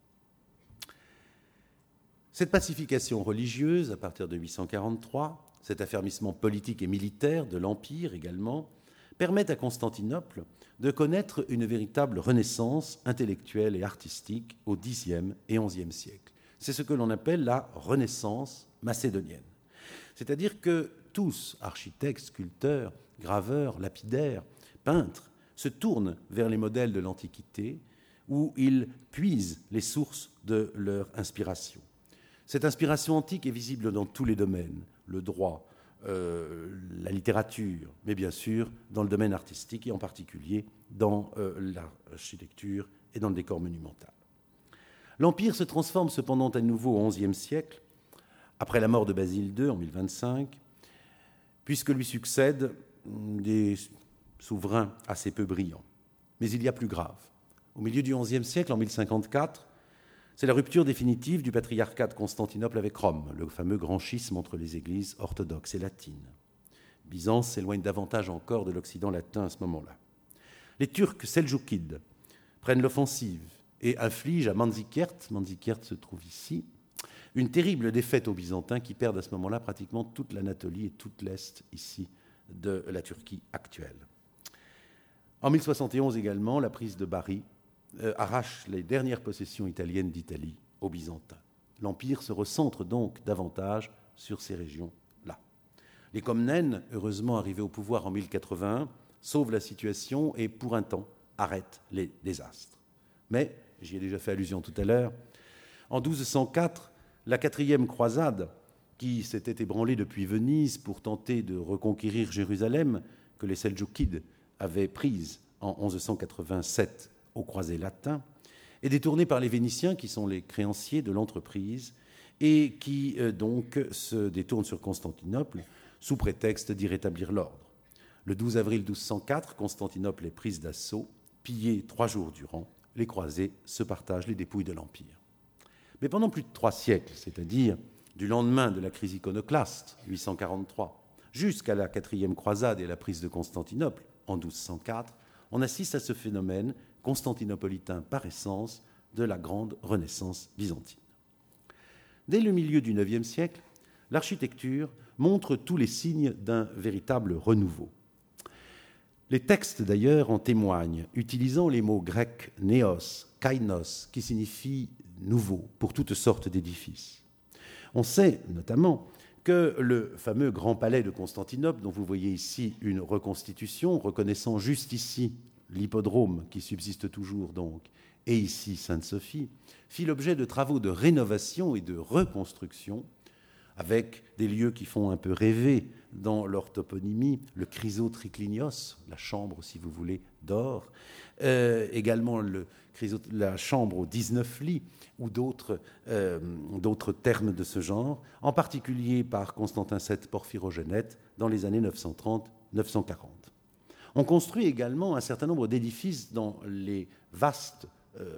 Speaker 1: Cette pacification religieuse, à partir de 843, cet affermissement politique et militaire de l'Empire également, permet à Constantinople de connaître une véritable renaissance intellectuelle et artistique au Xe et XIe siècle. C'est ce que l'on appelle la Renaissance macédonienne. C'est-à-dire que tous, architectes, sculpteurs, graveurs, lapidaires, peintres, se tournent vers les modèles de l'Antiquité où ils puisent les sources de leur inspiration. Cette inspiration antique est visible dans tous les domaines, le droit, la littérature, mais bien sûr dans le domaine artistique et en particulier dans l'architecture et dans le décor monumental. L'Empire se transforme cependant à nouveau au XIe siècle, après la mort de Basile II en 1025, puisque lui succèdent des souverains assez peu brillants. Mais il y a plus grave. Au milieu du XIe siècle, en 1054, c'est la rupture définitive du patriarcat de Constantinople avec Rome, le fameux grand schisme entre les églises orthodoxes et latines. Byzance s'éloigne davantage encore de l'Occident latin à ce moment-là. Les Turcs seldjoukides prennent l'offensive et infligent à Manzikert se trouve ici, une terrible défaite aux Byzantins qui perdent à ce moment-là pratiquement toute l'Anatolie et toute l'Est ici de la Turquie actuelle. En 1071 également, la prise de Bari arrache les dernières possessions italiennes d'Italie aux Byzantins. L'Empire se recentre donc davantage sur ces régions-là. Les Comnènes, heureusement arrivés au pouvoir en 1081, sauvent la situation et pour un temps arrêtent les désastres. Mais, j'y ai déjà fait allusion tout à l'heure, en 1204, la 4e croisade, qui s'était ébranlée depuis Venise pour tenter de reconquérir Jérusalem, que les Seldjoukides avaient prise en 1187 aux croisés latins, est détournée par les Vénitiens, qui sont les créanciers de l'entreprise, et qui donc se détournent sur Constantinople sous prétexte d'y rétablir l'ordre. Le 12 avril 1204, Constantinople est prise d'assaut, pillée 3 jours durant. Les croisés se partagent les dépouilles de l'Empire. Mais pendant plus de 3 siècles, c'est-à-dire du lendemain de la crise iconoclaste, 843, jusqu'à la 4e croisade et la prise de Constantinople, en 1204, on assiste à ce phénomène constantinopolitain par essence de la grande Renaissance byzantine. Dès le milieu du IXe siècle, l'architecture montre tous les signes d'un véritable renouveau. Les textes, d'ailleurs, en témoignent, utilisant les mots grecs néos, kainos, qui signifient nouveau pour toutes sortes d'édifices. On sait notamment que le fameux Grand Palais de Constantinople, dont vous voyez ici une reconstitution, reconnaissant juste ici l'hippodrome qui subsiste toujours donc, et ici Sainte-Sophie, fit l'objet de travaux de rénovation et de reconstruction, avec des lieux qui font un peu rêver dans leur toponymie, le chrysotriclinios, la chambre, si vous voulez, d'or, également la chambre aux 19 lits, ou d'autres termes de ce genre, en particulier par Constantin VII Porphyrogénète dans les années 930-940. On construit également un certain nombre d'édifices dans les vastes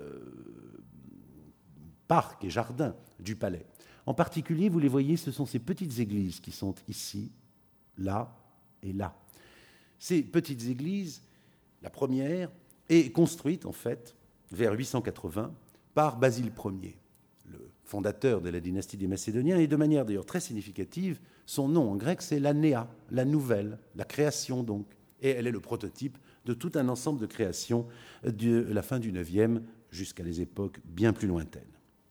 Speaker 1: parcs et jardins du palais. En particulier, vous les voyez, ce sont ces petites églises qui sont ici, là et là. Ces petites églises, la première, est construite en fait vers 880 par Basile Ier, le fondateur de la dynastie des Macédoniens, et de manière d'ailleurs très significative, son nom en grec c'est la Néa, la nouvelle, la création donc, et elle est le prototype de tout un ensemble de créations de la fin du IXe jusqu'à les époques bien plus lointaines.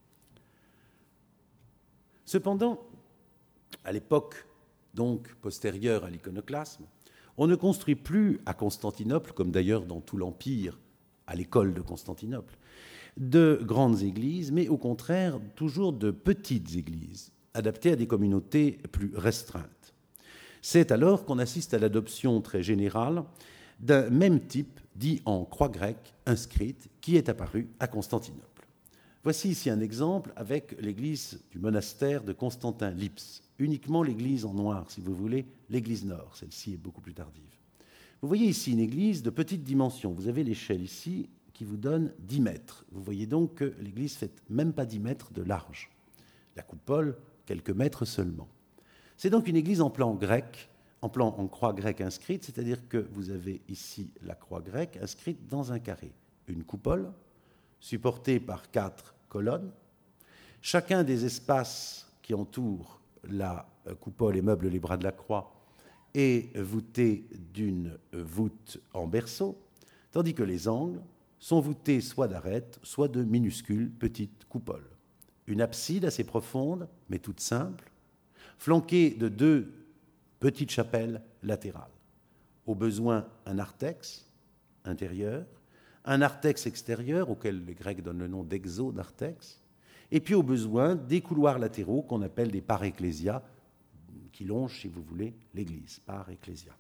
Speaker 1: Cependant, à l'époque donc postérieure à l'iconoclasme, on ne construit plus à Constantinople, comme d'ailleurs dans tout l'Empire, à l'école de Constantinople, de grandes églises, mais au contraire toujours de petites églises, adaptées à des communautés plus restreintes. C'est alors qu'on assiste à l'adoption très générale d'un même type, dit en croix grecque inscrite, qui est apparu à Constantinople. Voici ici un exemple avec l'église du monastère de Constantin Lips, uniquement l'église en noir, si vous voulez, l'église nord, celle-ci est beaucoup plus tardive. Vous voyez ici une église de petite dimension, vous avez l'échelle ici qui vous donne 10 mètres. Vous voyez donc que l'église ne fait même pas 10 mètres de large, la coupole quelques mètres seulement. C'est donc une église en plan grec, en croix grecque inscrite, c'est-à-dire que vous avez ici la croix grecque inscrite dans un carré, une coupole supportée par 4 colonnes. Chacun des espaces qui entourent la coupole et meublent les bras de la croix est voûté d'une voûte en berceau, tandis que les angles sont voûtés soit d'arêtes, soit de minuscules petites coupoles. Une abside assez profonde, mais toute simple, flanquée de 2 petites chapelles latérales. Au besoin, un narthex intérieur, un narthex extérieur, auquel les Grecs donnent le nom d'exo-narthex, et puis au besoin, des couloirs latéraux qu'on appelle des paréclésias, qui longent, si vous voulez, l'église, paréclésia.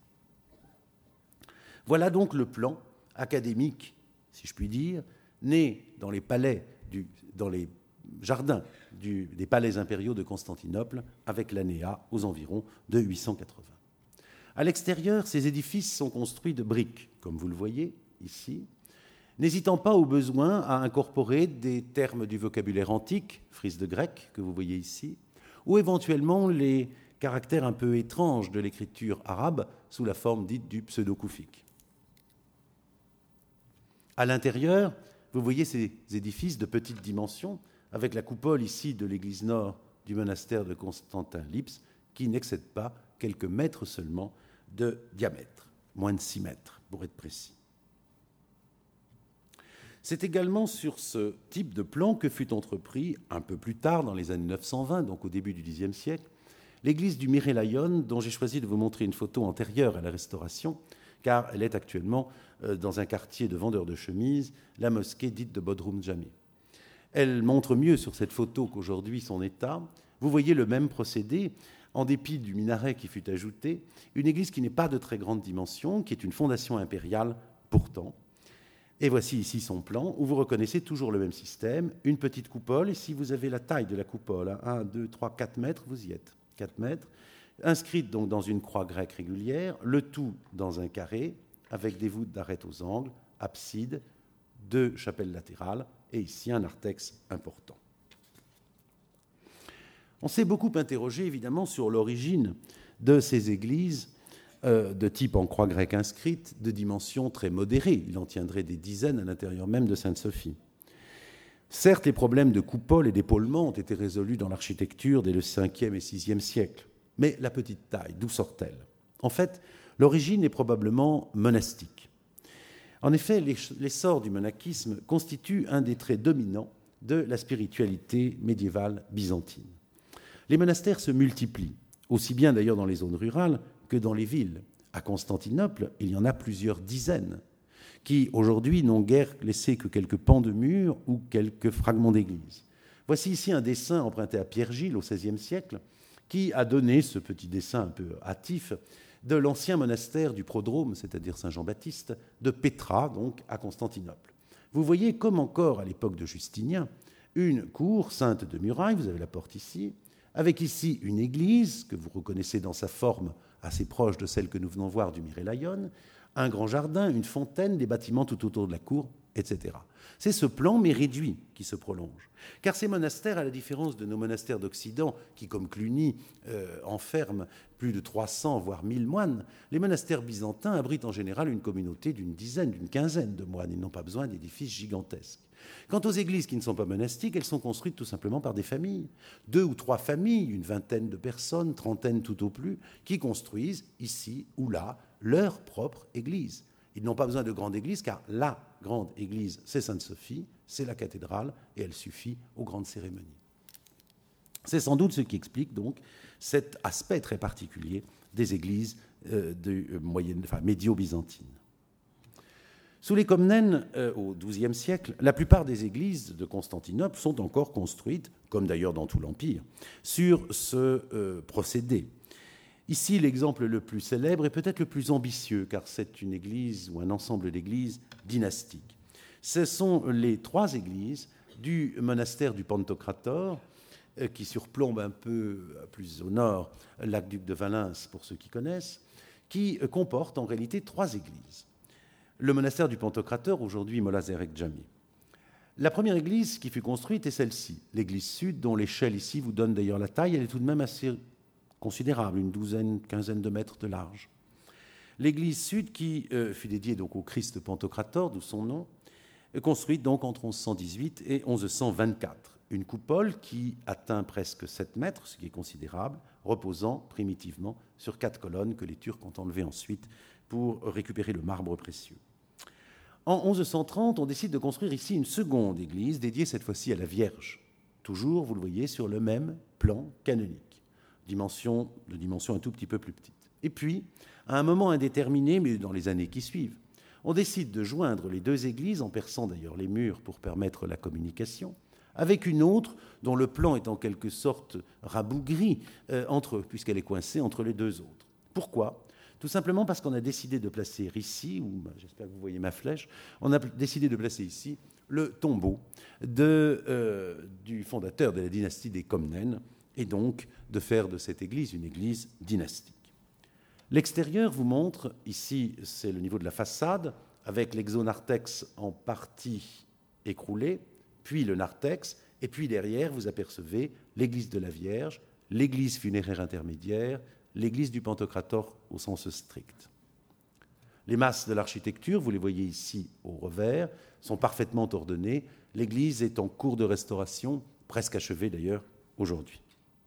Speaker 1: Voilà donc le plan académique, si je puis dire, né dans les jardins des palais impériaux de Constantinople, avec la Néa aux environs de 880. À l'extérieur, ces édifices sont construits de briques, comme vous le voyez ici, n'hésitant pas au besoin à incorporer des termes du vocabulaire antique, frise de grec, que vous voyez ici, ou éventuellement les caractères un peu étranges de l'écriture arabe sous la forme dite du pseudo-koufique. À l'intérieur, vous voyez ces édifices de petite dimension, avec la coupole ici de l'église nord du monastère de Constantin Lips, qui n'excède pas quelques mètres seulement de diamètre, moins de 6 mètres, pour être précis. C'est également sur ce type de plan que fut entrepris, un peu plus tard, dans les années 920, donc au début du Xe siècle, l'église du Myrélaïon, dont j'ai choisi de vous montrer une photo antérieure à la Restauration, car elle est actuellement dans un quartier de vendeurs de chemises, la mosquée dite de Bodrum Jami. Elle montre mieux sur cette photo qu'aujourd'hui son état. Vous voyez le même procédé, en dépit du minaret qui fut ajouté, une église qui n'est pas de très grande dimension, qui est une fondation impériale pourtant. Et voici ici son plan, où vous reconnaissez toujours le même système, une petite coupole, et si vous avez la taille de la coupole, 1, 2, 3, 4 mètres, vous y êtes, 4 mètres, inscrite donc dans une croix grecque régulière, le tout dans un carré, avec des voûtes d'arêtes aux angles, abside, 2 chapelles latérales, et ici un narthex important. On s'est beaucoup interrogé, évidemment, sur l'origine de ces églises de type en croix grecque inscrite, de dimension très modérée. Il en tiendrait des dizaines à l'intérieur même de Sainte-Sophie. Certes, les problèmes de coupole et d'épaulement ont été résolus dans l'architecture dès le 5e et 6e siècle. Mais la petite taille, d'où sort-elle ? En fait, L'origine est probablement monastique. En effet, l'essor du monachisme constitue un des traits dominants de la spiritualité médiévale byzantine. Les monastères se multiplient, aussi bien d'ailleurs dans les zones rurales que dans les villes. À Constantinople, il y en a plusieurs dizaines, qui aujourd'hui n'ont guère laissé que quelques pans de murs ou quelques fragments d'église. Voici ici un dessin emprunté à Pierre Gilles au XVIe siècle, qui a donné ce petit dessin un peu hâtif de l'ancien monastère du Prodrome, c'est-à-dire Saint-Jean-Baptiste, de Pétra, donc à Constantinople. Vous voyez, comme encore à l'époque de Justinien, une cour ceinte de murailles, vous avez la porte ici, avec ici une église, que vous reconnaissez dans sa forme assez proche de celle que nous venons voir du Myrélaion, un grand jardin, une fontaine, des bâtiments tout autour de la cour, etc. C'est ce plan, mais réduit, qui se prolonge. Car ces monastères, à la différence de nos monastères d'Occident, qui, comme Cluny, enferment plus de 300, voire 1000 moines, les monastères byzantins abritent en général une communauté d'une dizaine, d'une quinzaine de moines. Ils n'ont pas besoin d'édifices gigantesques. Quant aux églises qui ne sont pas monastiques, elles sont construites tout simplement par des familles. 2 ou 3 familles, une vingtaine de personnes, trentaine tout au plus, qui construisent ici ou là leur propre église. Ils n'ont pas besoin de grande église, car la grande église, c'est Sainte-Sophie, c'est la cathédrale, et elle suffit aux grandes cérémonies. C'est sans doute ce qui explique donc cet aspect très particulier des églises médio-byzantines. Sous les Comnènes, au XIIe siècle, la plupart des églises de Constantinople sont encore construites, comme d'ailleurs dans tout l'Empire, sur ce procédé. Ici, l'exemple le plus célèbre est peut-être le plus ambitieux, car c'est une église ou un ensemble d'églises dynastiques. Ce sont les 3 églises du monastère du Pantocrator, qui surplombe un peu plus au nord l'aqueduc de Valens, pour ceux qui connaissent, qui comportent en réalité 3 églises. Le monastère du Pantocrator, aujourd'hui Molazerek Jami. La première église qui fut construite est celle-ci, l'église sud, dont l'échelle ici vous donne d'ailleurs la taille. Elle est tout de même assez considérable, une douzaine, quinzaine de mètres de large. L'église sud, qui fut dédiée donc au Christ Pantocrator, d'où son nom, est construite donc entre 1118 et 1124. Une coupole qui atteint presque 7 mètres, ce qui est considérable, reposant primitivement sur 4 colonnes que les Turcs ont enlevées ensuite pour récupérer le marbre précieux. En 1130, on décide de construire ici une seconde église dédiée cette fois-ci à la Vierge, toujours, vous le voyez, sur le même plan canonique, de dimension un tout petit peu plus petite. Et puis, à un moment indéterminé, mais dans les années qui suivent, on décide de joindre les 2 églises, en perçant d'ailleurs les murs pour permettre la communication, avec une autre dont le plan est en quelque sorte rabougri, puisqu'elle est coincée entre les 2 autres. Pourquoi ? Tout simplement parce qu'on a décidé de placer ici, j'espère que vous voyez ma flèche, on a décidé de placer ici le tombeau du fondateur de la dynastie des Comnènes, et donc de faire de cette église une église dynastique. L'extérieur vous montre, ici c'est le niveau de la façade, avec l'exonarthex en partie écroulé, puis le narthex, et puis derrière vous apercevez l'église de la Vierge, l'église funéraire intermédiaire, l'église du Pantocrator au sens strict. Les masses de l'architecture, vous les voyez ici au revers, sont parfaitement ordonnées. L'église est en cours de restauration, presque achevée d'ailleurs aujourd'hui.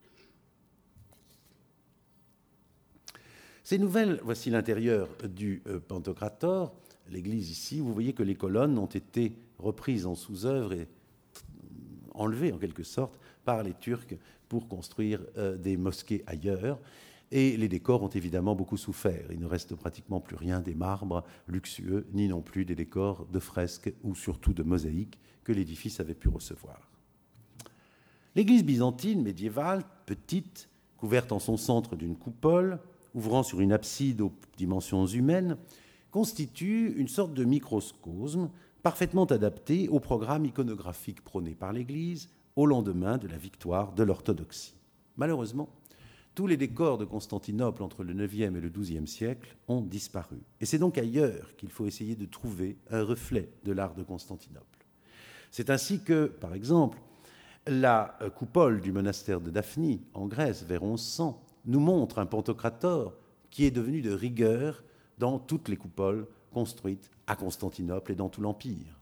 Speaker 1: Ces nouvelles, voici l'intérieur du Pantocrator, l'église ici. Vous voyez que les colonnes ont été reprises en sous-œuvre et enlevées en quelque sorte par les Turcs pour construire des mosquées ailleurs. Et les décors ont évidemment beaucoup souffert. Il ne reste pratiquement plus rien des marbres luxueux, ni non plus des décors de fresques ou surtout de mosaïques que l'édifice avait pu recevoir. L'église byzantine médiévale, petite, couverte en son centre d'une coupole, ouvrant sur une abside aux dimensions humaines, constitue une sorte de microcosme parfaitement adapté au programme iconographique prôné par l'Église au lendemain de la victoire de l'orthodoxie. Malheureusement, tous les décors de Constantinople entre le IXe et le XIIe siècle ont disparu. Et c'est donc ailleurs qu'il faut essayer de trouver un reflet de l'art de Constantinople. C'est ainsi que, par exemple, la coupole du monastère de Daphni, en Grèce, vers 1100, nous montre un Pantocrator qui est devenu de rigueur dans toutes les coupoles construites à Constantinople et dans tout l'Empire.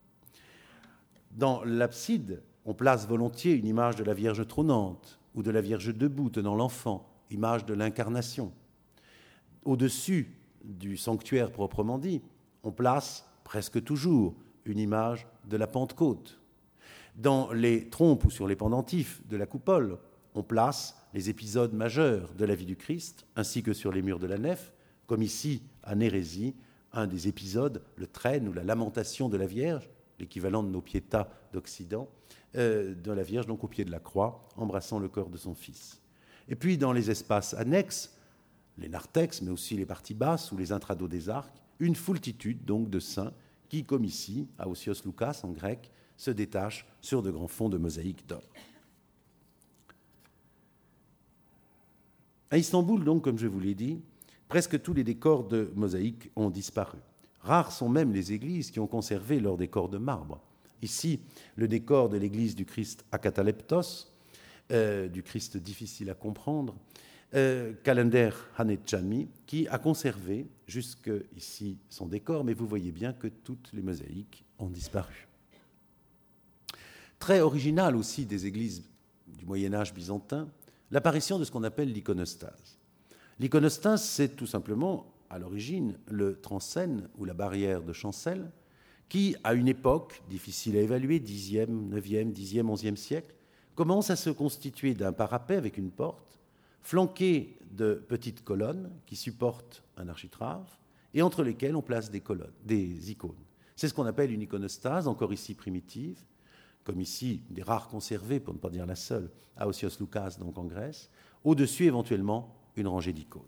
Speaker 1: Dans l'abside, on place volontiers une image de la Vierge trônante ou de la Vierge debout tenant l'enfant, image de l'incarnation. Au-dessus du sanctuaire proprement dit, on place presque toujours une image de la Pentecôte. Dans les trompes ou sur les pendentifs de la coupole, on place les épisodes majeurs de la vie du Christ, ainsi que sur les murs de la nef, comme ici à Nérésie, un des épisodes, le traîne ou la lamentation de la Vierge, l'équivalent de nos piétas d'Occident, de la Vierge, donc au pied de la croix, embrassant le corps de son Fils. Et puis dans les espaces annexes, les narthex, mais aussi les parties basses ou les intrados des arcs, une foultitude donc de saints qui, comme ici, à Osios Loukas en grec, se détachent sur de grands fonds de mosaïques d'or. À Istanbul, donc, comme je vous l'ai dit, presque tous les décors de mosaïque ont disparu. Rares sont même les églises qui ont conservé leurs décors de marbre. Ici, le décor de l'église du Christ Akataleptos, du Christ difficile à comprendre, Kalender Hanetchami, qui a conservé jusque ici son décor, mais vous voyez bien que toutes les mosaïques ont disparu. Très original aussi des églises du Moyen-Âge byzantin, l'apparition de ce qu'on appelle l'iconostase. L'iconostase, c'est tout simplement, à l'origine, le transsène ou la barrière de chancel, qui, à une époque difficile à évaluer, 10e, 9e, 10e, 11e siècle, commence à se constituer d'un parapet avec une porte, flanqué de petites colonnes qui supportent un architrave, et entre lesquelles on place des icônes. C'est ce qu'on appelle une iconostase, encore ici primitive, comme ici, des rares conservées, pour ne pas dire la seule, à Osios Loukas, donc en Grèce, au-dessus éventuellement une rangée d'icônes.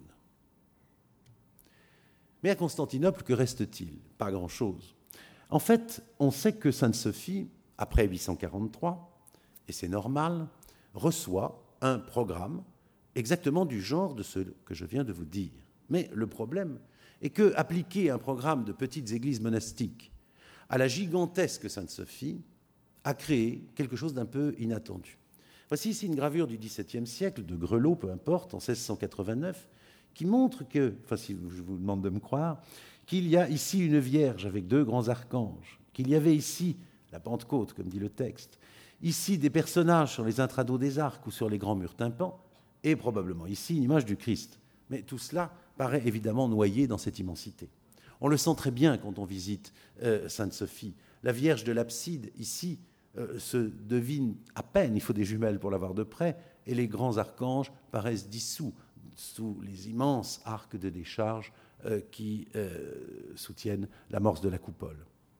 Speaker 1: Mais à Constantinople, que reste-t-il? Pas grand-chose. En fait, on sait que Sainte-Sophie, après 843, et c'est normal, reçoit un programme exactement du genre de ce que je viens de vous dire. Mais le problème est que appliquer un programme de petites églises monastiques à la gigantesque Sainte-Sophie a créé quelque chose d'un peu inattendu. Voici ici une gravure du XVIIe siècle, de Grelot, peu importe, en 1689, qui montre que, enfin si je vous demande de me croire, qu'il y a ici une Vierge avec deux grands archanges, qu'il y avait ici la Pentecôte, comme dit le texte, ici des personnages sur les intrados des arcs ou sur les grands murs tympans, et probablement ici une image du Christ. Mais tout cela paraît évidemment noyé dans cette immensité. On le sent très bien quand on visite Sainte-Sophie. La Vierge de l'abside, ici, se devine à peine, il faut des jumelles pour la voir de près, et les grands archanges paraissent dissous sous les immenses arcs de décharge qui soutiennent l'amorce de la coupole.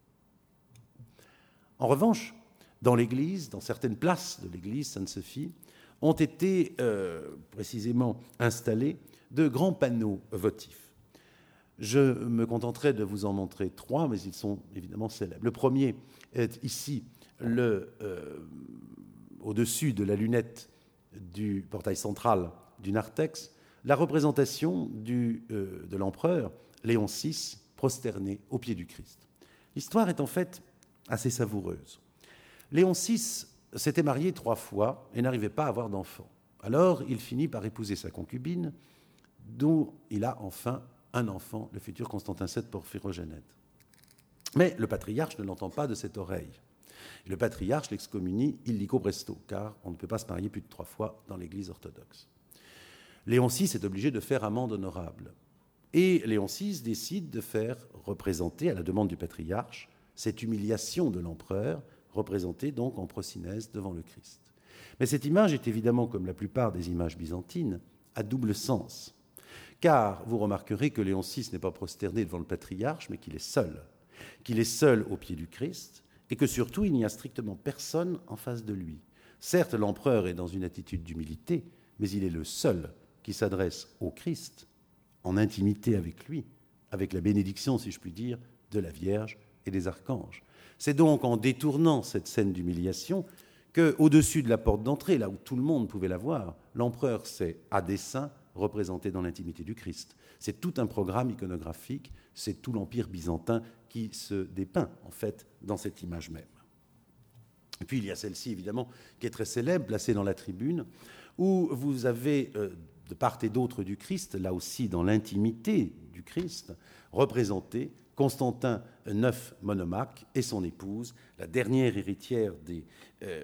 Speaker 1: En revanche, dans l'église, dans certaines places de l'église Sainte-Sophie, ont été précisément installés de grands panneaux votifs. Je me contenterai de vous en montrer trois, mais ils sont évidemment célèbres. Le premier est ici, au-dessus de la lunette du portail central du narthex, la représentation de l'empereur Léon VI prosterné aux pieds du Christ. L'histoire est en fait assez savoureuse. Léon VI s'était marié 3 fois et n'arrivait pas à avoir d'enfant. Alors il finit par épouser sa concubine, dont il a enfin un enfant, le futur Constantin VII Porphyrogénète. Mais le patriarche ne l'entend pas de cette oreille. Et le patriarche l'excommunie illico presto, car on ne peut pas se marier plus de 3 fois dans l'Église orthodoxe. Léon VI est obligé de faire amende honorable. Et Léon VI décide de faire représenter, à la demande du patriarche, cette humiliation de l'empereur, représentée donc en prosynèse devant le Christ. Mais cette image est évidemment, comme la plupart des images byzantines, à double sens. Car vous remarquerez que Léon VI n'est pas prosterné devant le patriarche, mais qu'il est seul au pied du Christ, et que surtout il n'y a strictement personne en face de lui. Certes, l'empereur est dans une attitude d'humilité, mais il est le seul qui s'adresse au Christ en intimité avec lui, avec la bénédiction, si je puis dire, de la Vierge et des archanges. C'est donc en détournant cette scène d'humiliation qu'au-dessus de la porte d'entrée, là où tout le monde pouvait la voir, l'empereur s'est, à dessein, représenté dans l'intimité du Christ. C'est tout un programme iconographique, c'est tout l'Empire byzantin qui se dépeint, en fait, dans cette image même. Et puis il y a celle-ci, évidemment, qui est très célèbre, placée dans la tribune, où vous avez, de part et d'autre du Christ, là aussi dans l'intimité du Christ, représenté Constantin IX Monomaque et son épouse, la dernière héritière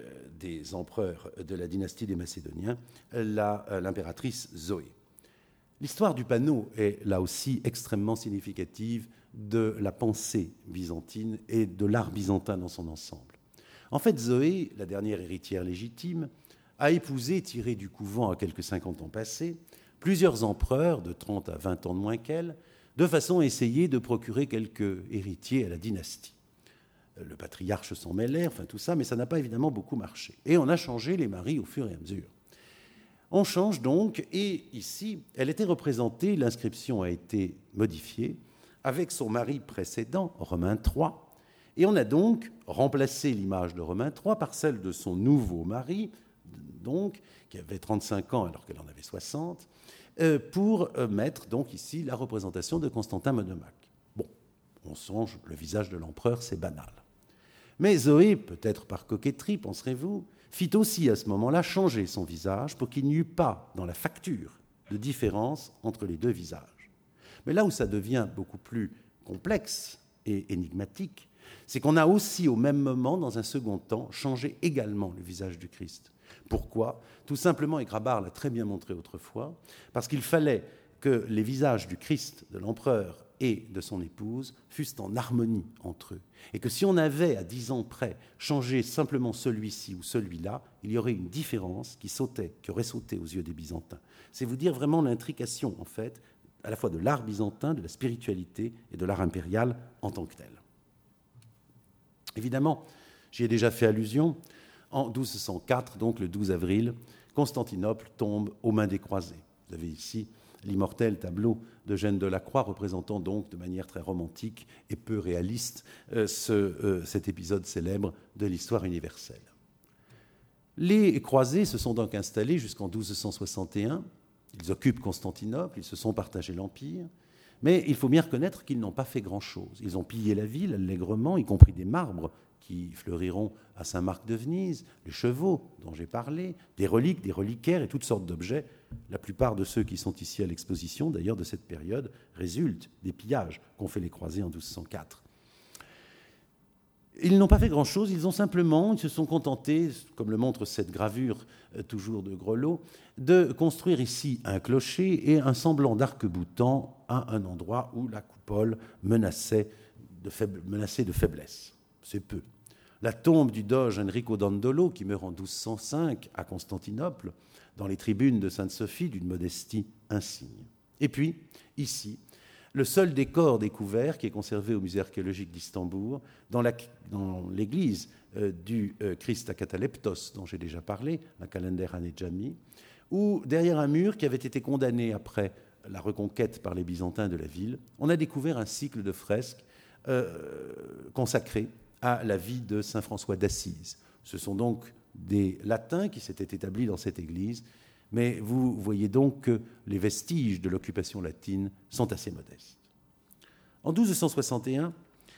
Speaker 1: des empereurs de la dynastie des Macédoniens, l'impératrice Zoé. L'histoire du panneau est là aussi extrêmement significative de la pensée byzantine et de l'art byzantin dans son ensemble. En fait, Zoé, la dernière héritière légitime, a épousé, tirée du couvent à quelques 50 ans passés, plusieurs empereurs de 30 à 20 ans de moins qu'elle, de façon à essayer de procurer quelques héritiers à la dynastie. Le patriarche s'en mêlait, enfin tout ça, mais ça n'a pas évidemment beaucoup marché. Et on a changé les maris au fur et à mesure. On change donc, et ici, elle était représentée, l'inscription a été modifiée, avec son mari précédent, Romain III, et on a donc remplacé l'image de Romain III par celle de son nouveau mari, donc, qui avait 35 ans alors qu'elle en avait 60, pour mettre donc ici la représentation de Constantin Monomaque. Bon, on change le visage de l'empereur, c'est banal. Mais Zoé, peut-être par coquetterie, penserez-vous, fit aussi à ce moment-là changer son visage pour qu'il n'y eût pas dans la facture de différence entre les deux visages. Mais là où ça devient beaucoup plus complexe et énigmatique, c'est qu'on a aussi au même moment, dans un second temps, changé également le visage du Christ. Pourquoi ? Tout simplement, et Grabart l'a très bien montré autrefois, parce qu'il fallait que les visages du Christ, de l'empereur et de son épouse fussent en harmonie entre eux. Et que si on avait, à 10 ans près, changé simplement celui-ci ou celui-là, il y aurait une différence qui aurait sauté aux yeux des Byzantins. C'est vous dire vraiment l'intrication, en fait, à la fois de l'art byzantin, de la spiritualité et de l'art impérial en tant que tel. Évidemment, j'y ai déjà fait allusion, en 1204, donc le 12 avril, Constantinople tombe aux mains des croisés. Vous avez ici l'immortel tableau d'Eugène Delacroix, représentant donc de manière très romantique et peu réaliste cet épisode célèbre de l'histoire universelle. Les croisés se sont donc installés jusqu'en 1261. Ils occupent Constantinople, ils se sont partagés l'Empire, mais il faut bien reconnaître qu'ils n'ont pas fait grand-chose. Ils ont pillé la ville allègrement, y compris des marbres qui fleuriront à Saint-Marc de Venise, les chevaux dont j'ai parlé, des reliques, des reliquaires et toutes sortes d'objets. La plupart de ceux qui sont ici à l'exposition, d'ailleurs, de cette période, résultent des pillages qu'ont fait les croisés en 1204. Ils n'ont pas fait grand-chose, ils se sont contentés, comme le montre cette gravure toujours de Grelot, de construire ici un clocher et un semblant d'arc-boutant à un endroit où la coupole menaçait de faiblesse. C'est peu. La tombe du doge Enrico Dandolo, qui meurt en 1205 à Constantinople, dans les tribunes de Sainte-Sophie, d'une modestie insigne. Et puis, ici, le seul décor découvert, qui est conservé au musée archéologique d'Istanbul, dans l'église du Christ à Cataleptos, dont j'ai déjà parlé, la Kalender Hanejami, où, derrière un mur qui avait été condamné après la reconquête par les Byzantins de la ville, on a découvert un cycle de fresques consacrés à la vie de saint François d'Assise. Ce sont donc des latins qui s'étaient établis dans cette église, mais vous voyez donc que les vestiges de l'occupation latine sont assez modestes. En 1261,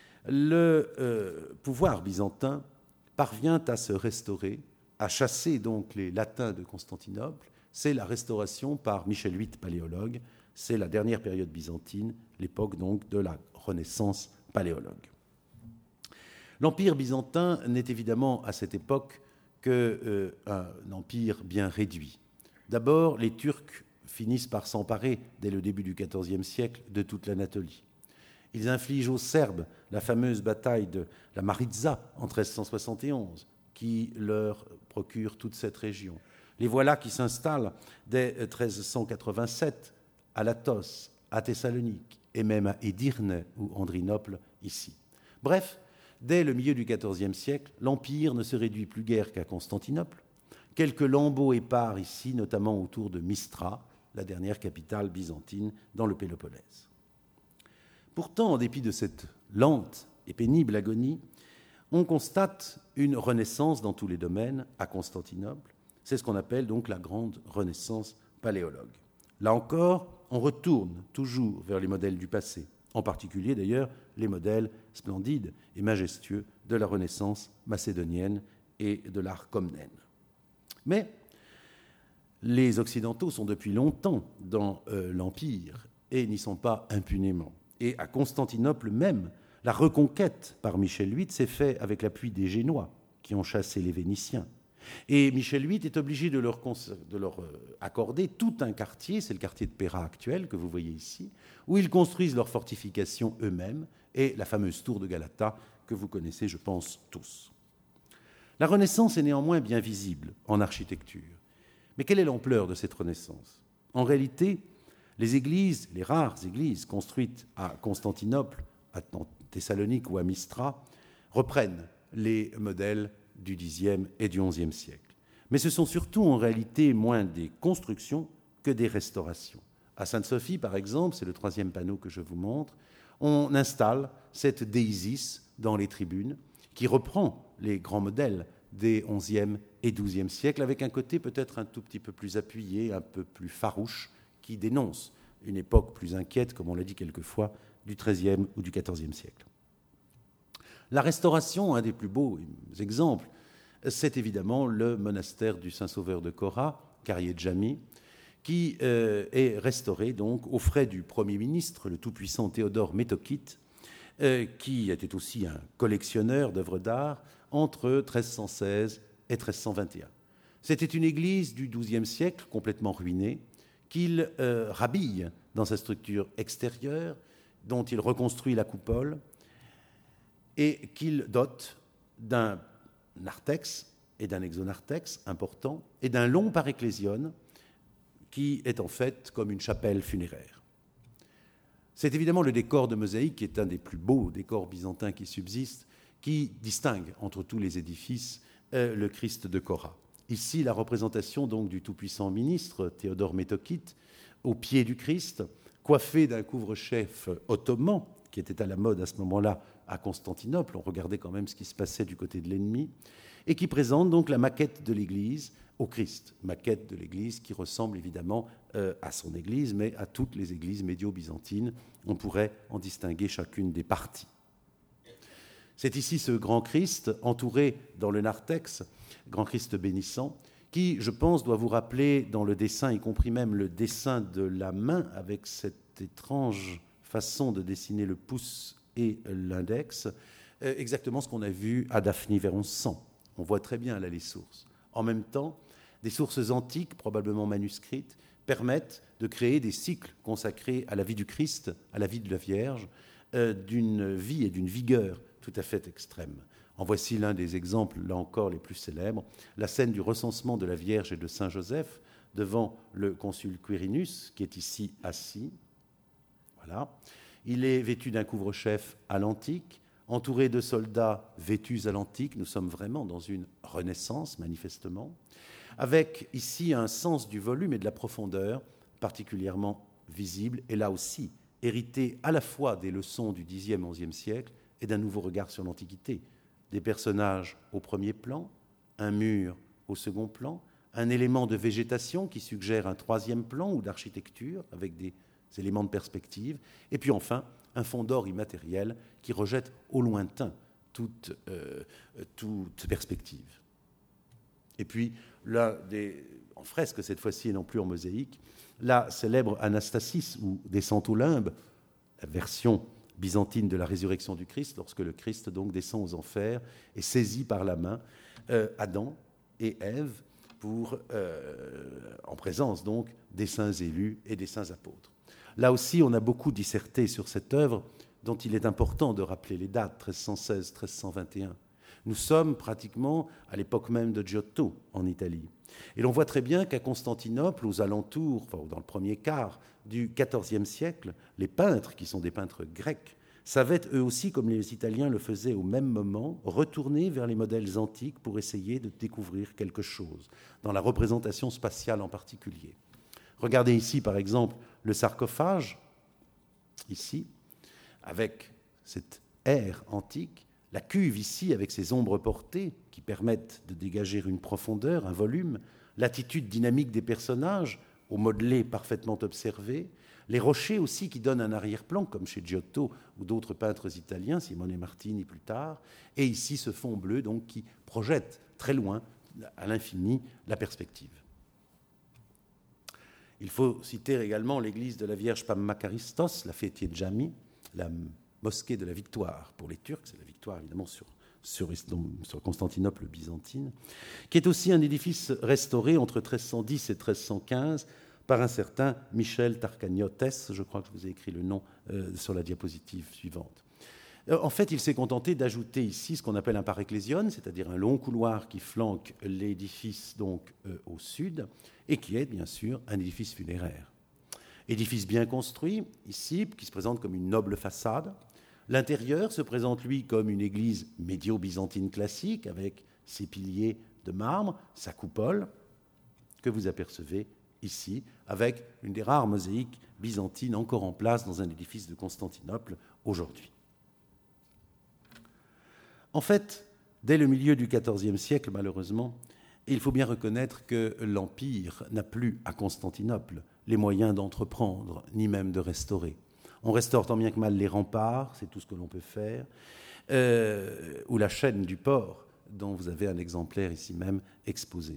Speaker 1: le pouvoir byzantin parvient à se restaurer, à chasser donc les latins de Constantinople. C'est la restauration par Michel VIII, paléologue. C'est la dernière période byzantine, l'époque donc de la Renaissance paléologue. L'empire byzantin n'est évidemment à cette époque qu'un empire bien réduit. D'abord, les Turcs finissent par s'emparer, dès le début du XIVe siècle, de toute l'Anatolie. Ils infligent aux Serbes la fameuse bataille de la Maritza en 1371, qui leur procure toute cette région. Les voilà qui s'installent dès 1387 à Latos, à Thessalonique, et même à Édirne ou Andrinople, ici. Bref, dès le milieu du XIVe siècle, l'Empire ne se réduit plus guère qu'à Constantinople. Quelques lambeaux épars ici, notamment autour de Mistra, la dernière capitale byzantine dans le Péloponnèse. Pourtant, en dépit de cette lente et pénible agonie, on constate une renaissance dans tous les domaines à Constantinople. C'est ce qu'on appelle donc la grande renaissance paléologue. Là encore, on retourne toujours vers les modèles du passé, en particulier d'ailleurs les modèles splendides et majestueux de la Renaissance macédonienne et de l'art comnène. Mais les Occidentaux sont depuis longtemps dans l'Empire et n'y sont pas impunément. Et à Constantinople même, la reconquête par Michel VIII s'est faite avec l'appui des Génois qui ont chassé les Vénitiens. Et Michel VIII est obligé de leur accorder tout un quartier, c'est le quartier de Péra actuel que vous voyez ici, où ils construisent leurs fortifications eux-mêmes et la fameuse tour de Galata que vous connaissez, je pense, tous. La Renaissance est néanmoins bien visible en architecture. Mais quelle est l'ampleur de cette Renaissance? En réalité, les églises, les rares églises construites à Constantinople, à Thessalonique ou à Mystra, reprennent les modèles du Xe et du XIe siècle. Mais ce sont surtout en réalité moins des constructions que des restaurations. À Sainte-Sophie, par exemple, c'est le troisième panneau que je vous montre, on installe cette déisis dans les tribunes qui reprend les grands modèles des XIe et XIIe siècles avec un côté peut-être un tout petit peu plus appuyé, un peu plus farouche, qui dénonce une époque plus inquiète, comme on l'a dit quelquefois, du XIIIe ou du XIVe siècle. La restauration, un des plus beaux exemples, c'est évidemment le monastère du Saint-Sauveur de Chora, Carrier Djami, qui est restauré donc aux frais du Premier ministre, le tout-puissant Théodore Métokite, qui était aussi un collectionneur d'œuvres d'art entre 1316 et 1321. C'était une église du XIIe siècle complètement ruinée, qu'il rhabille dans sa structure extérieure, dont il reconstruit la coupole, et qu'il dote d'un narthex et d'un exonarthex important, et d'un long paréclésion qui est en fait comme une chapelle funéraire. C'est évidemment le décor de mosaïque qui est un des plus beaux décors byzantins qui subsistent, qui distingue entre tous les édifices le Christ de Chora. Ici, la représentation donc du tout-puissant ministre, Théodore Métokite, au pied du Christ, coiffé d'un couvre-chef ottoman, qui était à la mode à ce moment-là à Constantinople, on regardait quand même ce qui se passait du côté de l'ennemi, et qui présente donc la maquette de l'Église au Christ, maquette de l'Église qui ressemble évidemment à son Église, mais à toutes les églises médio-byzantines. On pourrait en distinguer chacune des parties. C'est ici ce grand Christ, entouré dans le narthex, grand Christ bénissant, qui, je pense, doit vous rappeler dans le dessin, y compris même le dessin de la main, avec cette étrange façon de dessiner le pouce et l'index, exactement ce qu'on a vu à Daphne vers 1100. On voit très bien là les sources. En même temps, des sources antiques, probablement manuscrites, permettent de créer des cycles consacrés à la vie du Christ, à la vie de la Vierge, d'une vie et d'une vigueur tout à fait extrême. En voici l'un des exemples, là encore, les plus célèbres, la scène du recensement de la Vierge et de Saint Joseph devant le consul Quirinus, qui est ici assis. Voilà. Il est vêtu d'un couvre-chef à l'antique, entouré de soldats vêtus à l'antique. Nous sommes vraiment dans une renaissance, manifestement, avec ici un sens du volume et de la profondeur particulièrement visible, et là aussi hérité à la fois des leçons du Xe, XIe siècle et d'un nouveau regard sur l'Antiquité. Des personnages au premier plan, un mur au second plan, un élément de végétation qui suggère un troisième plan ou d'architecture avec des éléments de perspective, et puis enfin un fond d'or immatériel qui rejette au lointain toute perspective. Et puis, en fresque cette fois-ci et non plus en mosaïque, la célèbre Anastasis ou Descente aux limbes, la version byzantine de la résurrection du Christ, lorsque le Christ donc descend aux enfers et saisit par la main Adam et Ève en présence donc des saints élus et des saints apôtres. Là aussi, on a beaucoup disserté sur cette œuvre dont il est important de rappeler les dates, 1316-1321. Nous sommes pratiquement à l'époque même de Giotto en Italie. Et l'on voit très bien qu'à Constantinople, aux alentours, enfin, dans le premier quart du XIVe siècle, les peintres, qui sont des peintres grecs, savaient eux aussi, comme les Italiens le faisaient au même moment, retourner vers les modèles antiques pour essayer de découvrir quelque chose, dans la représentation spatiale en particulier. Regardez ici, par exemple, le sarcophage, ici, avec cette aire antique, la cuve ici, avec ses ombres portées, qui permettent de dégager une profondeur, un volume, l'attitude dynamique des personnages, au modelé parfaitement observé, les rochers aussi qui donnent un arrière-plan, comme chez Giotto ou d'autres peintres italiens, Simone Martini plus tard, et ici ce fond bleu donc, qui projette très loin, à l'infini, la perspective. Il faut citer également l'église de la Vierge Pammakristos, la Fetiye Djami, la mosquée de la Victoire pour les Turcs, c'est la victoire évidemment sur sur Constantinople byzantine, qui est aussi un édifice restauré entre 1310 et 1315 par un certain Michel Tarkaniotes, je crois que je vous ai écrit le nom sur la diapositive suivante. En fait, il s'est contenté d'ajouter ici ce qu'on appelle un paréclésion, c'est-à-dire un long couloir qui flanque l'édifice donc au sud, et qui est bien sûr un édifice funéraire. Édifice bien construit, ici, qui se présente comme une noble façade. L'intérieur se présente, lui, comme une église médio-byzantine classique, avec ses piliers de marbre, sa coupole, que vous apercevez ici, avec une des rares mosaïques byzantines encore en place dans un édifice de Constantinople aujourd'hui. En fait, dès le milieu du XIVe siècle, malheureusement, il faut bien reconnaître que l'Empire n'a plus, à Constantinople, les moyens d'entreprendre, ni même de restaurer. On restaure tant bien que mal les remparts, c'est tout ce que l'on peut faire, ou la chaîne du port, dont vous avez un exemplaire ici même exposé.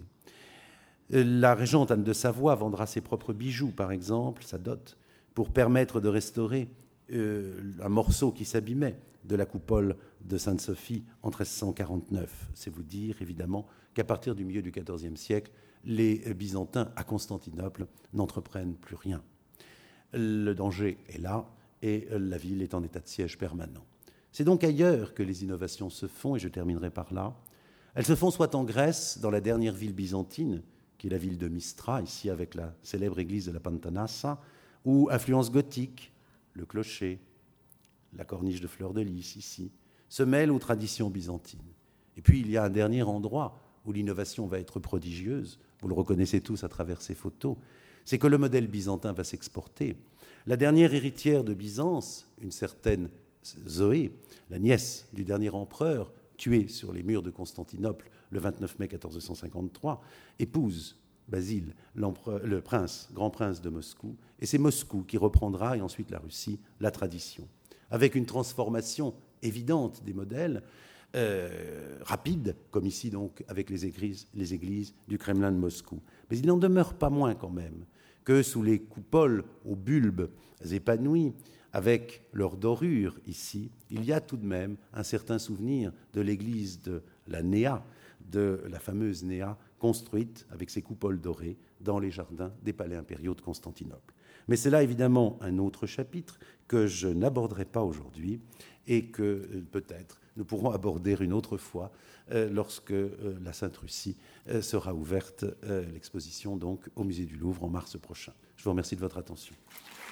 Speaker 1: La régente Anne de Savoie vendra ses propres bijoux, par exemple, sa dot, pour permettre de restaurer un morceau qui s'abîmait de la coupole de Sainte-Sophie en 1349. C'est vous dire, évidemment, qu'à partir du milieu du XIVe siècle, les Byzantins à Constantinople n'entreprennent plus rien. Le danger est là et la ville est en état de siège permanent. C'est donc ailleurs que les innovations se font, et je terminerai par là. Elles se font soit en Grèce, dans la dernière ville byzantine, qui est la ville de Mystra, ici avec la célèbre église de la Pantanassa, ou influence gothique, le clocher, la corniche de fleurs de lys ici, se mêlent aux traditions byzantines. Et puis il y a un dernier endroit où l'innovation va être prodigieuse, vous le reconnaissez tous à travers ces photos, c'est que le modèle byzantin va s'exporter. La dernière héritière de Byzance, une certaine Zoé, la nièce du dernier empereur, tuée sur les murs de Constantinople le 29 mai 1453, épouse Basile, le grand prince de Moscou, et c'est Moscou qui reprendra, et ensuite la Russie, la tradition, avec une transformation évidente des modèles, rapide, comme ici donc avec les églises du Kremlin de Moscou. Mais il n'en demeure pas moins quand même que sous les coupoles aux bulbes épanouis, avec leur dorure ici, il y a tout de même un certain souvenir de l'église de la Néa, de la fameuse Néa, construite avec ses coupoles dorées dans les jardins des palais impériaux de Constantinople. Mais c'est là évidemment un autre chapitre que je n'aborderai pas aujourd'hui et que peut-être nous pourrons aborder une autre fois lorsque la Sainte-Russie sera ouverte, l'exposition donc au musée du Louvre en mars prochain. Je vous remercie de votre attention.